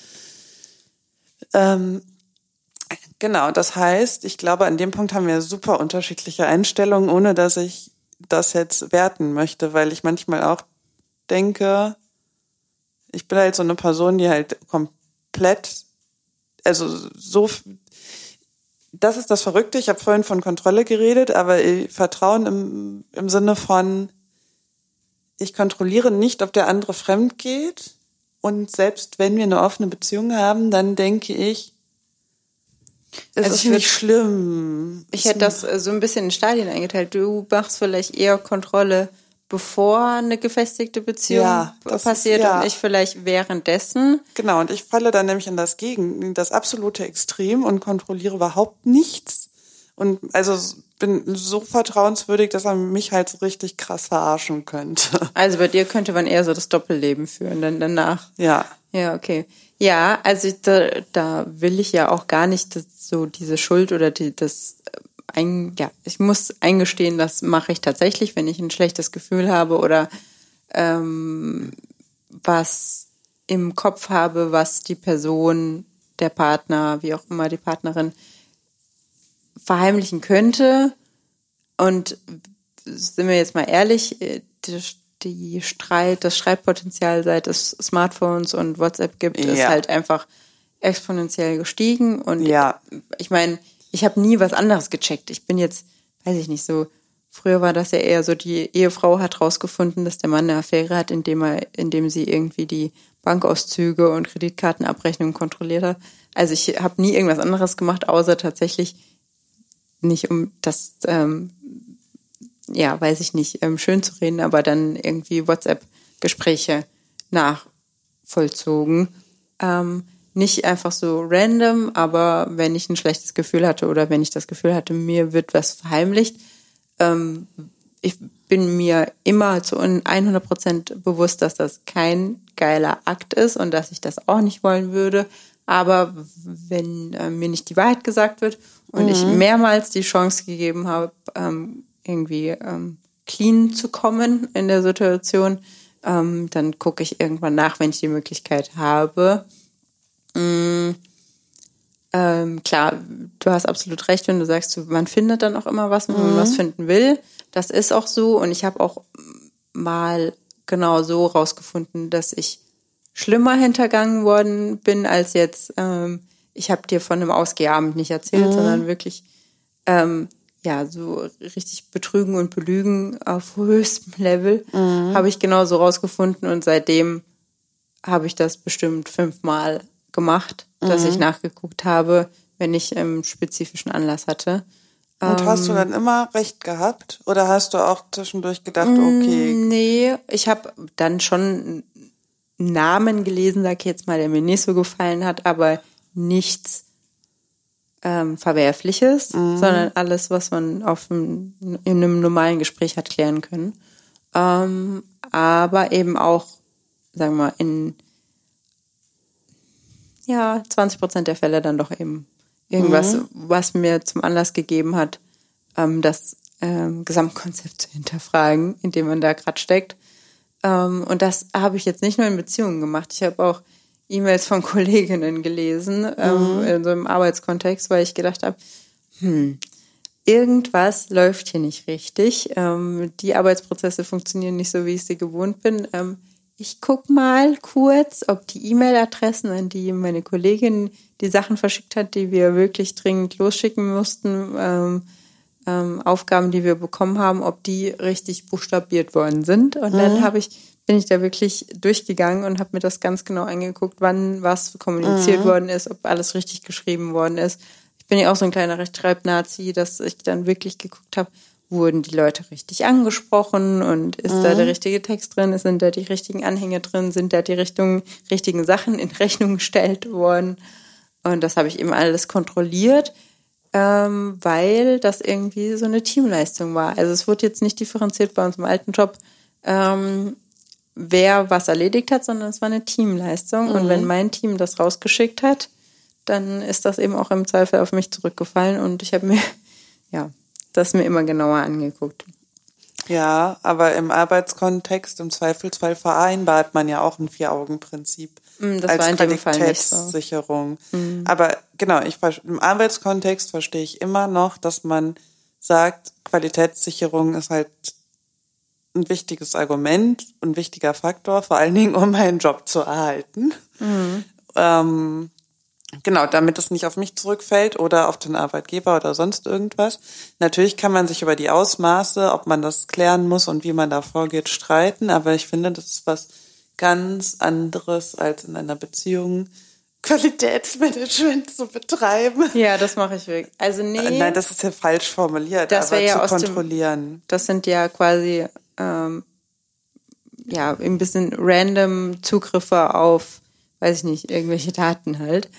Speaker 1: Genau, das heißt, ich glaube, an dem Punkt haben wir super unterschiedliche Einstellungen, ohne dass ich das jetzt werten möchte, weil ich manchmal auch denke, ich bin halt so eine Person, die halt komplett, also so, das ist das Verrückte, ich habe vorhin von Kontrolle geredet, aber Vertrauen im Sinne von, ich kontrolliere nicht, ob der andere fremd geht, und selbst wenn wir eine offene Beziehung haben, dann denke ich, es ist nicht schlimm.
Speaker 2: Ich hätte das so ein bisschen in Stadien eingeteilt. Du machst vielleicht eher Kontrolle, bevor eine gefestigte Beziehung passiert, und ich vielleicht währenddessen.
Speaker 1: Genau, und ich falle dann nämlich in das absolute Extrem und kontrolliere überhaupt nichts. Und also bin so vertrauenswürdig, dass er mich halt so richtig krass verarschen könnte.
Speaker 2: Also bei dir könnte man eher so das Doppelleben führen, dann danach.
Speaker 1: Ja.
Speaker 2: Ja, okay. Ja, also da will ich ja auch gar nicht so diese Schuld oder ich muss eingestehen, das mache ich tatsächlich, wenn ich ein schlechtes Gefühl habe oder was im Kopf habe, was die Person, der Partner, wie auch immer die Partnerin verheimlichen könnte. Und sind wir jetzt mal ehrlich, das Streitpotenzial, seit es Smartphones und WhatsApp gibt, ist halt einfach exponentiell gestiegen. Und ich meine, ich habe nie was anderes gecheckt. Ich bin jetzt, weiß ich nicht, so Früher war das ja eher so, die Ehefrau hat rausgefunden, dass der Mann eine Affäre hat, indem sie irgendwie die Bankauszüge und Kreditkartenabrechnungen kontrolliert hat. Also ich habe nie irgendwas anderes gemacht, außer tatsächlich nicht um das, weiß ich nicht, schön zu reden, aber dann irgendwie WhatsApp-Gespräche nachvollzogen. Nicht einfach so random, aber wenn ich ein schlechtes Gefühl hatte oder wenn ich das Gefühl hatte, mir wird was verheimlicht, ich bin mir immer zu 100% bewusst, dass das kein geiler Akt ist und dass ich das auch nicht wollen würde. Aber wenn mir nicht die Wahrheit gesagt wird und ich mehrmals die Chance gegeben habe, clean zu kommen in der Situation, dann gucke ich irgendwann nach, wenn ich die Möglichkeit habe. Klar, du hast absolut recht, wenn du sagst, man findet dann auch immer was, wenn man was finden will. Das ist auch so. Und ich habe auch mal genau so rausgefunden, dass ich schlimmer hintergangen worden bin, als jetzt, ich habe dir von einem Ausgehabend nicht erzählt, sondern wirklich, so richtig betrügen und belügen auf höchstem Level habe ich genau so rausgefunden. Und seitdem habe ich das bestimmt 5-mal gemacht, dass ich nachgeguckt habe, wenn ich einen spezifischen Anlass hatte.
Speaker 1: Und hast du dann immer recht gehabt? Oder hast du auch zwischendurch gedacht, okay?
Speaker 2: Nee, ich habe dann schon Namen gelesen, sag ich jetzt mal, der mir nicht so gefallen hat, aber nichts Verwerfliches, sondern alles, was man in einem normalen Gespräch hat klären können. Aber eben auch, sagen wir mal, in 20% der Fälle dann doch eben irgendwas, was mir zum Anlass gegeben hat, das Gesamtkonzept zu hinterfragen, in dem man da gerade steckt. Und das habe ich jetzt nicht nur in Beziehungen gemacht. Ich habe auch E-Mails von Kolleginnen gelesen, in so einem Arbeitskontext, weil ich gedacht habe, irgendwas läuft hier nicht richtig. Die Arbeitsprozesse funktionieren nicht so, wie ich sie gewohnt bin. Ich guck mal kurz, ob die E-Mail-Adressen, an die meine Kollegin die Sachen verschickt hat, die wir wirklich dringend losschicken mussten, Aufgaben, die wir bekommen haben, ob die richtig buchstabiert worden sind. Und dann bin ich da wirklich durchgegangen und habe mir das ganz genau angeguckt, wann was kommuniziert worden ist, ob alles richtig geschrieben worden ist. Ich bin ja auch so ein kleiner Rechtschreib-Nazi, dass ich dann wirklich geguckt habe, wurden die Leute richtig angesprochen und ist da der richtige Text drin, sind da die richtigen Anhänge drin, sind da die richtigen Sachen in Rechnung gestellt worden. Und das habe ich eben alles kontrolliert, weil das irgendwie so eine Teamleistung war. Also es wurde jetzt nicht differenziert bei uns im alten Job, wer was erledigt hat, sondern es war eine Teamleistung. Und wenn mein Team das rausgeschickt hat, dann ist das eben auch im Zweifel auf mich zurückgefallen. Und ich habe mir, das mir immer genauer angeguckt.
Speaker 1: Ja, aber im Arbeitskontext, im Zweifelsfall vereinbart man ja auch ein 4-Augen-Prinzip
Speaker 2: Das
Speaker 1: als
Speaker 2: war in dem Fall nicht so.
Speaker 1: Qualitätssicherung. Aber genau, im Arbeitskontext verstehe ich immer noch, dass man sagt, Qualitätssicherung ist halt ein wichtiges Argument, ein wichtiger Faktor, vor allen Dingen, um einen Job zu erhalten. Genau, damit es nicht auf mich zurückfällt oder auf den Arbeitgeber oder sonst irgendwas. Natürlich kann man sich über die Ausmaße, ob man das klären muss und wie man da vorgeht, streiten. Aber ich finde, das ist was ganz anderes, als in einer Beziehung Qualitätsmanagement zu betreiben.
Speaker 2: Ja, das mache ich wirklich. Also nee.
Speaker 1: Nein, das ist ja falsch formuliert,
Speaker 2: das
Speaker 1: aber
Speaker 2: ja
Speaker 1: zu kontrollieren.
Speaker 2: Das sind ja quasi ein bisschen random Zugriffe auf, weiß ich nicht, irgendwelche Daten halt.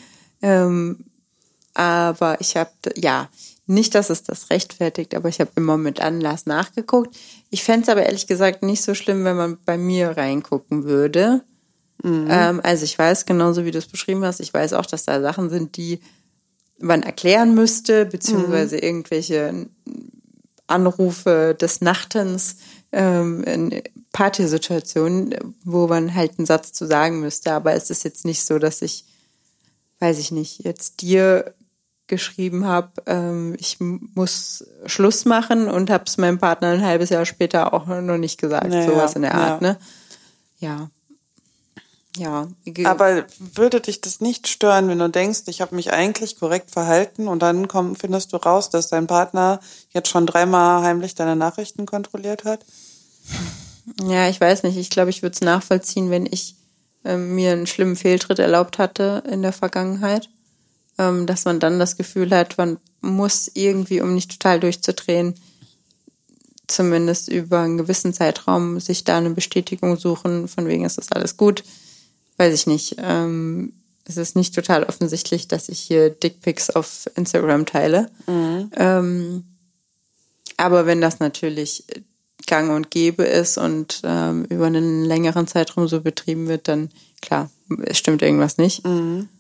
Speaker 2: Aber ich habe, nicht, dass es das rechtfertigt, aber ich habe immer mit Anlass nachgeguckt. Ich fände es aber ehrlich gesagt nicht so schlimm, wenn man bei mir reingucken würde. Also ich weiß, genauso wie du es beschrieben hast, ich weiß auch, dass da Sachen sind, die man erklären müsste, beziehungsweise irgendwelche Anrufe des Nachtens in Partysituationen, wo man halt einen Satz zu sagen müsste. Aber es ist jetzt nicht so, dass ich, weiß ich nicht, jetzt dir geschrieben habe, ich muss Schluss machen und habe es meinem Partner ein halbes Jahr später auch noch nicht gesagt. Naja, sowas in der Art, ne? Ja. Ja.
Speaker 1: Aber würde dich das nicht stören, wenn du denkst, ich habe mich eigentlich korrekt verhalten und dann findest du raus, dass dein Partner jetzt schon 3-mal heimlich deine Nachrichten kontrolliert hat?
Speaker 2: Ja, ich weiß nicht. Ich glaube, ich würde es nachvollziehen, wenn ich mir einen schlimmen Fehltritt erlaubt hatte in der Vergangenheit. Dass man dann das Gefühl hat, man muss irgendwie, um nicht total durchzudrehen, zumindest über einen gewissen Zeitraum sich da eine Bestätigung suchen, von wegen ist das alles gut. Weiß ich nicht. Es ist nicht total offensichtlich, dass ich hier Dickpics auf Instagram teile. Mhm. Aber wenn das natürlich gang und gäbe ist und über einen längeren Zeitraum so betrieben wird, dann klar, es stimmt irgendwas nicht. Mhm.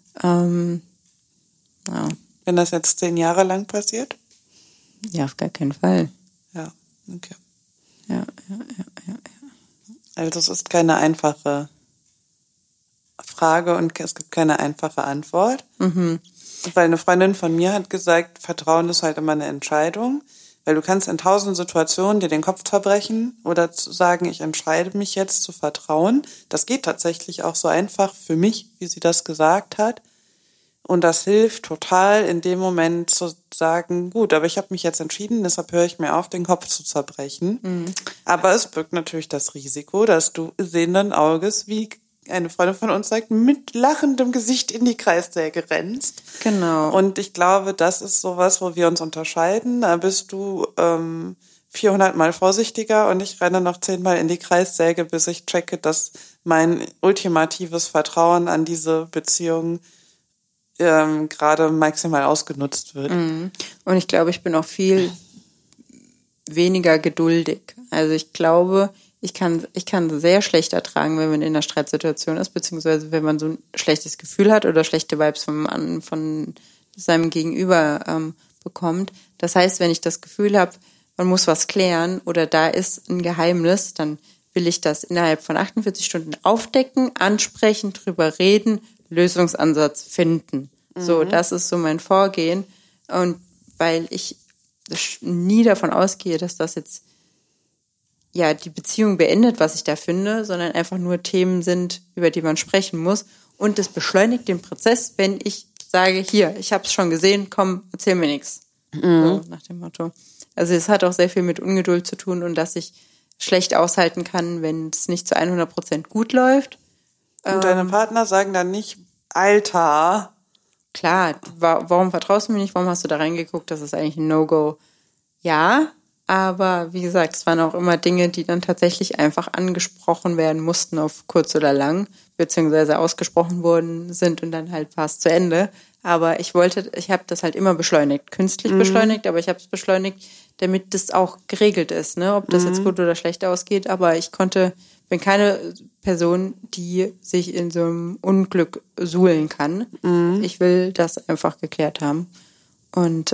Speaker 2: Ja.
Speaker 1: Wenn das jetzt 10 Jahre lang passiert?
Speaker 2: Ja, auf gar keinen Fall.
Speaker 1: Ja, okay.
Speaker 2: Ja.
Speaker 1: Also es ist keine einfache Frage und es gibt keine einfache Antwort. Mhm. Weil eine Freundin von mir hat gesagt, Vertrauen ist halt immer eine Entscheidung. Weil du kannst in 1000 Situationen dir den Kopf zerbrechen oder zu sagen, ich entscheide mich jetzt zu vertrauen. Das geht tatsächlich auch so einfach für mich, wie sie das gesagt hat. Und das hilft total in dem Moment zu sagen, gut, aber ich habe mich jetzt entschieden, deshalb höre ich mir auf, den Kopf zu zerbrechen. Mhm. Aber es birgt natürlich das Risiko, dass du sehenden Auges, wie eine Freundin von uns sagt, mit lachendem Gesicht in die Kreissäge rennst.
Speaker 2: Genau.
Speaker 1: Und ich glaube, das ist sowas, wo wir uns unterscheiden. Da bist du 400 Mal vorsichtiger und ich renne noch 10 Mal in die Kreissäge, bis ich checke, dass mein ultimatives Vertrauen an diese Beziehung gerade maximal ausgenutzt wird.
Speaker 2: Und ich glaube, ich bin auch viel weniger geduldig. Also ich glaube, ich kann sehr schlecht ertragen, wenn man in einer Streitsituation ist, beziehungsweise wenn man so ein schlechtes Gefühl hat oder schlechte Vibes von seinem Gegenüber bekommt. Das heißt, wenn ich das Gefühl habe, man muss was klären oder da ist ein Geheimnis, dann will ich das innerhalb von 48 Stunden aufdecken, ansprechen, drüber reden, Lösungsansatz finden. So, das ist so mein Vorgehen. Und weil ich nie davon ausgehe, dass das jetzt ja die Beziehung beendet, was ich da finde, sondern einfach nur Themen sind, über die man sprechen muss. Und das beschleunigt den Prozess, wenn ich sage, hier, ich habe es schon gesehen, komm, erzähl mir nichts. So, nach dem Motto. Also es hat auch sehr viel mit Ungeduld zu tun und dass ich schlecht aushalten kann, wenn es nicht zu 100% gut läuft.
Speaker 1: Und deine Partner sagen dann nicht, Alter.
Speaker 2: Klar, warum vertraust du mir nicht? Warum hast du da reingeguckt? Das ist eigentlich ein No-Go. Ja, aber wie gesagt, es waren auch immer Dinge, die dann tatsächlich einfach angesprochen werden mussten auf kurz oder lang, beziehungsweise ausgesprochen worden sind und dann halt war es zu Ende. Aber ich habe das halt immer beschleunigt, künstlich beschleunigt, aber ich habe es beschleunigt, damit das auch geregelt ist, ne? Ob das jetzt gut oder schlecht ausgeht. Aber bin keine Person, die sich in so einem Unglück suhlen kann. Ich will das einfach geklärt haben. Und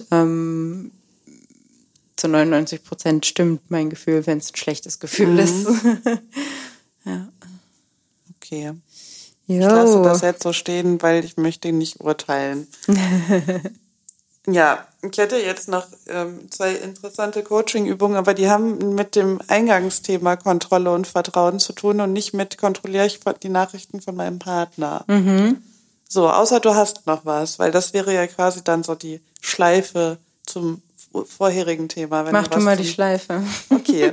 Speaker 2: zu 99% stimmt mein Gefühl, wenn es ein schlechtes Gefühl ist. Ja.
Speaker 1: Okay. Ich lasse das jetzt so stehen, weil ich möchte nicht urteilen. Ja, ich hätte jetzt noch 2 interessante Coaching-Übungen, aber die haben mit dem Eingangsthema Kontrolle und Vertrauen zu tun und nicht mit kontrolliere ich die Nachrichten von meinem Partner. So, außer du hast noch was, weil das wäre ja quasi dann so die Schleife zum vorherigen Thema.
Speaker 2: Mach du mal die Schleife.
Speaker 1: Okay.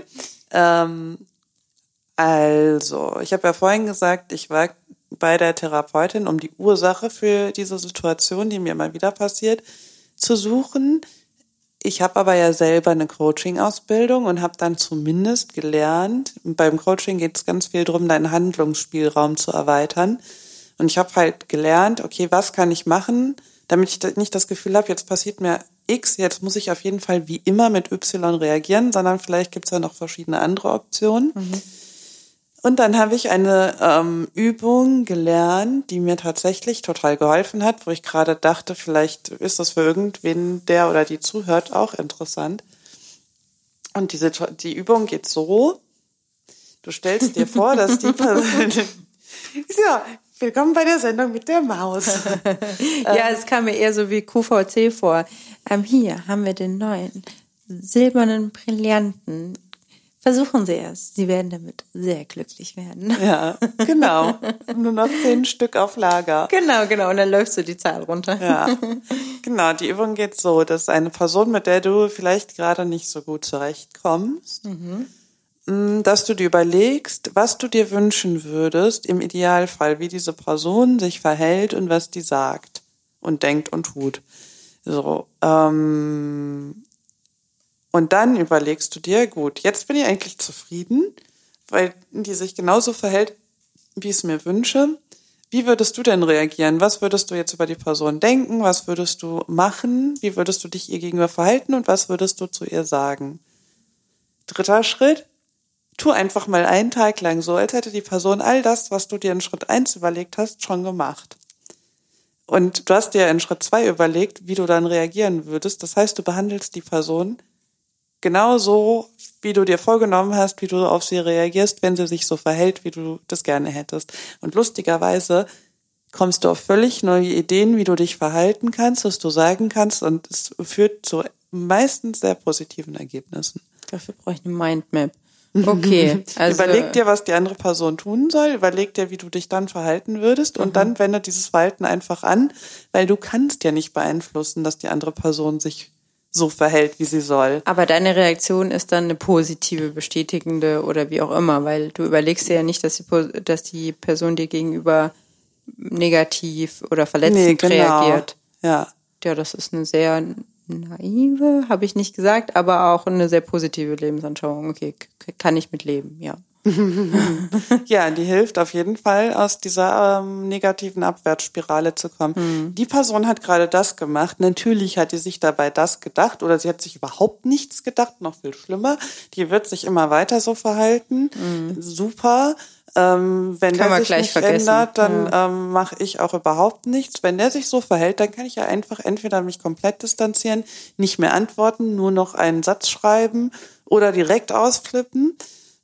Speaker 1: Also, ich habe ja vorhin gesagt, ich war bei der Therapeutin, um die Ursache für diese Situation, die mir mal wieder passiert, zu suchen. Ich habe aber ja selber eine Coaching-Ausbildung und habe dann zumindest gelernt, beim Coaching geht es ganz viel darum, deinen Handlungsspielraum zu erweitern. Und ich habe halt gelernt, okay, was kann ich machen, damit ich nicht das Gefühl habe, jetzt passiert mir X, jetzt muss ich auf jeden Fall wie immer mit Y reagieren, sondern vielleicht gibt es ja noch verschiedene andere Optionen. Und dann habe ich eine Übung gelernt, die mir tatsächlich total geholfen hat, wo ich gerade dachte, vielleicht ist das für irgendwen, der oder die zuhört, auch interessant. Und die Übung geht so, du stellst dir vor, dass die Person... Ja, willkommen bei der Sendung mit der Maus.
Speaker 2: Ja, es kam mir eher so wie QVC vor. Hier haben wir den neuen silbernen Brillanten Versuchen Sie es. Sie werden damit sehr glücklich werden.
Speaker 1: Ja, genau. Nur noch 10 Stück auf Lager.
Speaker 2: Genau. Und dann läuft so die Zahl runter.
Speaker 1: Ja, genau. Die Übung geht so, dass eine Person, mit der du vielleicht gerade nicht so gut zurechtkommst, dass du dir überlegst, was du dir wünschen würdest, im Idealfall, wie diese Person sich verhält und was die sagt und denkt und tut. So, und dann überlegst du dir, gut, jetzt bin ich eigentlich zufrieden, weil die sich genauso verhält, wie ich es mir wünsche. Wie würdest du denn reagieren? Was würdest du jetzt über die Person denken? Was würdest du machen? Wie würdest du dich ihr gegenüber verhalten? Und was würdest du zu ihr sagen? 3. Schritt, tu einfach mal einen Tag lang so, als hätte die Person all das, was du dir in Schritt 1 überlegt hast, schon gemacht. Und du hast dir in Schritt 2 überlegt, wie du dann reagieren würdest. Das heißt, du behandelst die Person genauso, wie du dir vorgenommen hast, wie du auf sie reagierst, wenn sie sich so verhält, wie du das gerne hättest. Und lustigerweise kommst du auf völlig neue Ideen, wie du dich verhalten kannst, was du sagen kannst, und es führt zu meistens sehr positiven Ergebnissen.
Speaker 2: Dafür brauche ich eine Mindmap. Okay. Also
Speaker 1: Überleg dir, was die andere Person tun soll, überleg dir, wie du dich dann verhalten würdest, und dann wende dieses Verhalten einfach an, weil du kannst ja nicht beeinflussen, dass die andere Person sich so verhält, wie sie soll.
Speaker 2: Aber deine Reaktion ist dann eine positive, bestätigende oder wie auch immer, weil du überlegst dir ja nicht, dass die Person dir gegenüber negativ oder verletzend reagiert.
Speaker 1: Ja,
Speaker 2: das ist eine sehr naive, habe ich nicht gesagt, aber auch eine sehr positive Lebensanschauung. Okay, kann ich mit leben, ja.
Speaker 1: Ja, die hilft auf jeden Fall, aus dieser negativen Abwärtsspirale zu kommen. Die Person hat gerade das gemacht. Natürlich hat die sich dabei das gedacht, oder sie hat sich überhaupt nichts gedacht, noch viel schlimmer. Die wird sich immer weiter so verhalten. Super. Wenn der sich nicht ändert, dann mache ich auch überhaupt nichts. Wenn der sich so verhält, dann kann ich ja einfach entweder mich komplett distanzieren, nicht mehr antworten, nur noch einen Satz schreiben oder direkt ausflippen.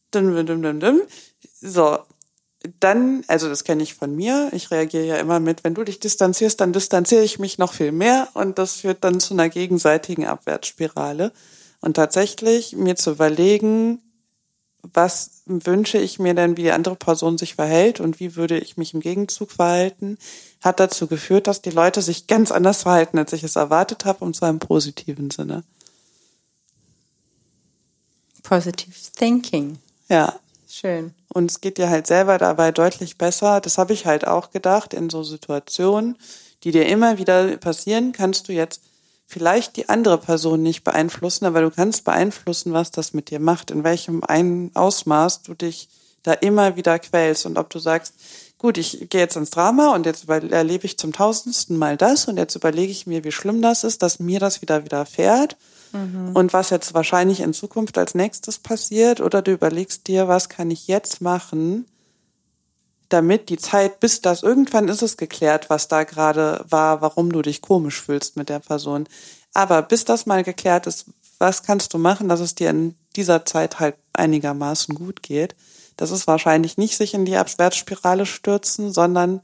Speaker 1: So, dann, also das kenne ich von mir, ich reagiere ja immer mit, wenn du dich distanzierst, dann distanziere ich mich noch viel mehr, und das führt dann zu einer gegenseitigen Abwärtsspirale. Und tatsächlich mir zu überlegen, was wünsche ich mir denn, wie die andere Person sich verhält und wie würde ich mich im Gegenzug verhalten, hat dazu geführt, dass die Leute sich ganz anders verhalten, als ich es erwartet habe, und zwar im positiven Sinne.
Speaker 2: Positive Thinking.
Speaker 1: Ja.
Speaker 2: Schön.
Speaker 1: Und es geht dir halt selber dabei deutlich besser. Das habe ich halt auch gedacht, in so Situationen, die dir immer wieder passieren, kannst du jetzt vielleicht die andere Person nicht beeinflussen, aber du kannst beeinflussen, was das mit dir macht, in welchem Ausmaß du dich da immer wieder quälst, und ob du sagst, gut, ich gehe jetzt ins Drama und jetzt erlebe ich zum 1000. Mal das, und jetzt überlege ich mir, wie schlimm das ist, dass mir das wieder widerfährt. Und was jetzt wahrscheinlich in Zukunft als nächstes passiert, oder du überlegst dir, was kann ich jetzt machen, damit die Zeit, bis das, irgendwann ist es geklärt, was da gerade war, warum du dich komisch fühlst mit der Person. Aber bis das mal geklärt ist, was kannst du machen, dass es dir in dieser Zeit halt einigermaßen gut geht? Das ist wahrscheinlich nicht sich in die Abwärtsspirale stürzen, sondern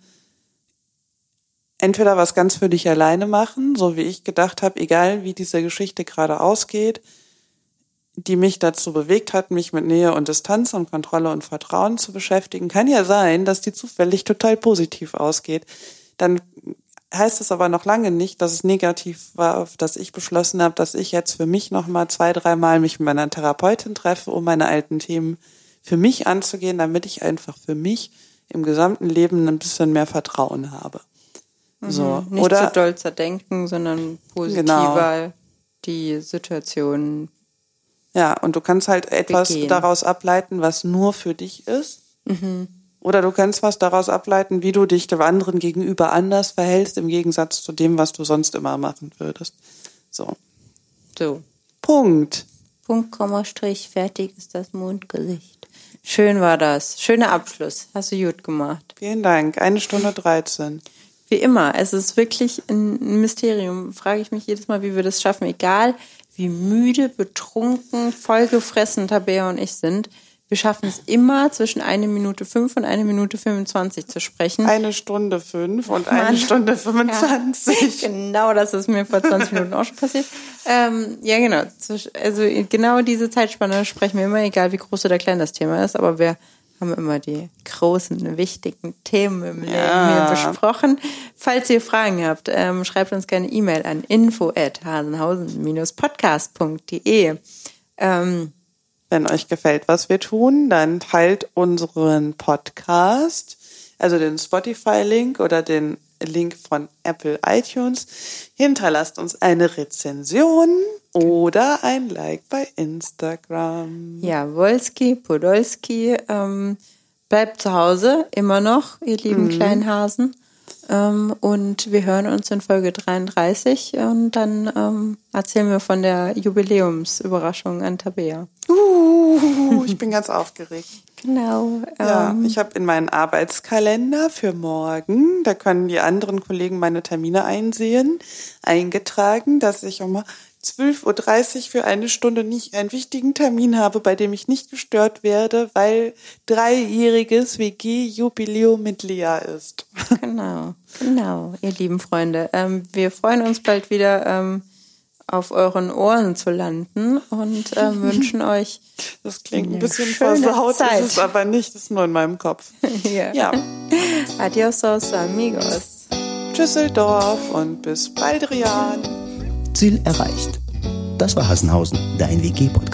Speaker 1: entweder was ganz für dich alleine machen, so wie ich gedacht habe, egal wie diese Geschichte gerade ausgeht, die mich dazu bewegt hat, mich mit Nähe und Distanz und Kontrolle und Vertrauen zu beschäftigen. Kann ja sein, dass die zufällig total positiv ausgeht. Dann heißt es aber noch lange nicht, dass es negativ war, dass ich beschlossen habe, dass ich jetzt für mich nochmal 2-3 Mal mich mit meiner Therapeutin treffe, um meine alten Themen für mich anzugehen, damit ich einfach für mich im gesamten Leben ein bisschen mehr Vertrauen habe. So.
Speaker 2: Nicht
Speaker 1: oder
Speaker 2: zu doll zerdenken, sondern positiver die Situation.
Speaker 1: Ja, und du kannst halt etwas daraus ableiten, was nur für dich ist. Oder du kannst was daraus ableiten, wie du dich dem anderen gegenüber anders verhältst, im Gegensatz zu dem, was du sonst immer machen würdest. So. Punkt.
Speaker 2: Punkt, Komma, Strich, fertig ist das Mondgesicht. Schön war das. Schöner Abschluss. Hast du gut gemacht.
Speaker 1: Vielen Dank. 1:13.
Speaker 2: Wie immer, es ist wirklich ein Mysterium. Frage ich mich jedes Mal, wie wir das schaffen. Egal, wie müde, betrunken, vollgefressen Tabea und ich sind. wir schaffen es immer zwischen 1 Minute 5 und 1 Minute 25 zu sprechen.
Speaker 1: 1 Stunde 5 und 1 Stunde 25.
Speaker 2: Ja, genau, das ist mir vor 20 Minuten auch schon passiert. Ja, genau. Also genau diese Zeitspanne sprechen wir immer, egal wie groß oder klein das Thema ist, aber wir haben immer die großen, wichtigen Themen im Leben hier besprochen. Falls ihr Fragen habt, schreibt uns gerne E-Mail an info@hasenhausen-podcast.de.
Speaker 1: Wenn euch gefällt, was wir tun, dann teilt unseren Podcast, also den Spotify-Link oder den Link von Apple iTunes. Hinterlasst uns eine Rezension oder ein Like bei Instagram.
Speaker 2: Ja, Wolski, Podolski, bleibt zu Hause, immer noch, ihr lieben kleinen Hasen. Und wir hören uns in Folge 33 und dann erzählen wir von der Jubiläumsüberraschung an Tabea.
Speaker 1: Ich bin ganz aufgeregt.
Speaker 2: Genau.
Speaker 1: Ja, ich habe in meinen Arbeitskalender für morgen, da können die anderen Kollegen meine Termine einsehen, eingetragen, dass ich um 12.30 Uhr für 1 Stunde nicht einen wichtigen Termin habe, bei dem ich nicht gestört werde, weil 3-jähriges WG-Jubiläum mit Lea ist.
Speaker 2: Genau, ihr lieben Freunde. Wir freuen uns bald wieder auf euren Ohren zu landen und wünschen euch
Speaker 1: das klingt ein bisschen versaut,
Speaker 2: Zeit.
Speaker 1: ist es aber nicht, das ist nur in meinem Kopf. Ja.
Speaker 2: Adios, amigos.
Speaker 1: Tschüsseldorf und bis bald, Rian.
Speaker 3: Ziel erreicht. Das war Hasenhausen, dein WG-Podcast.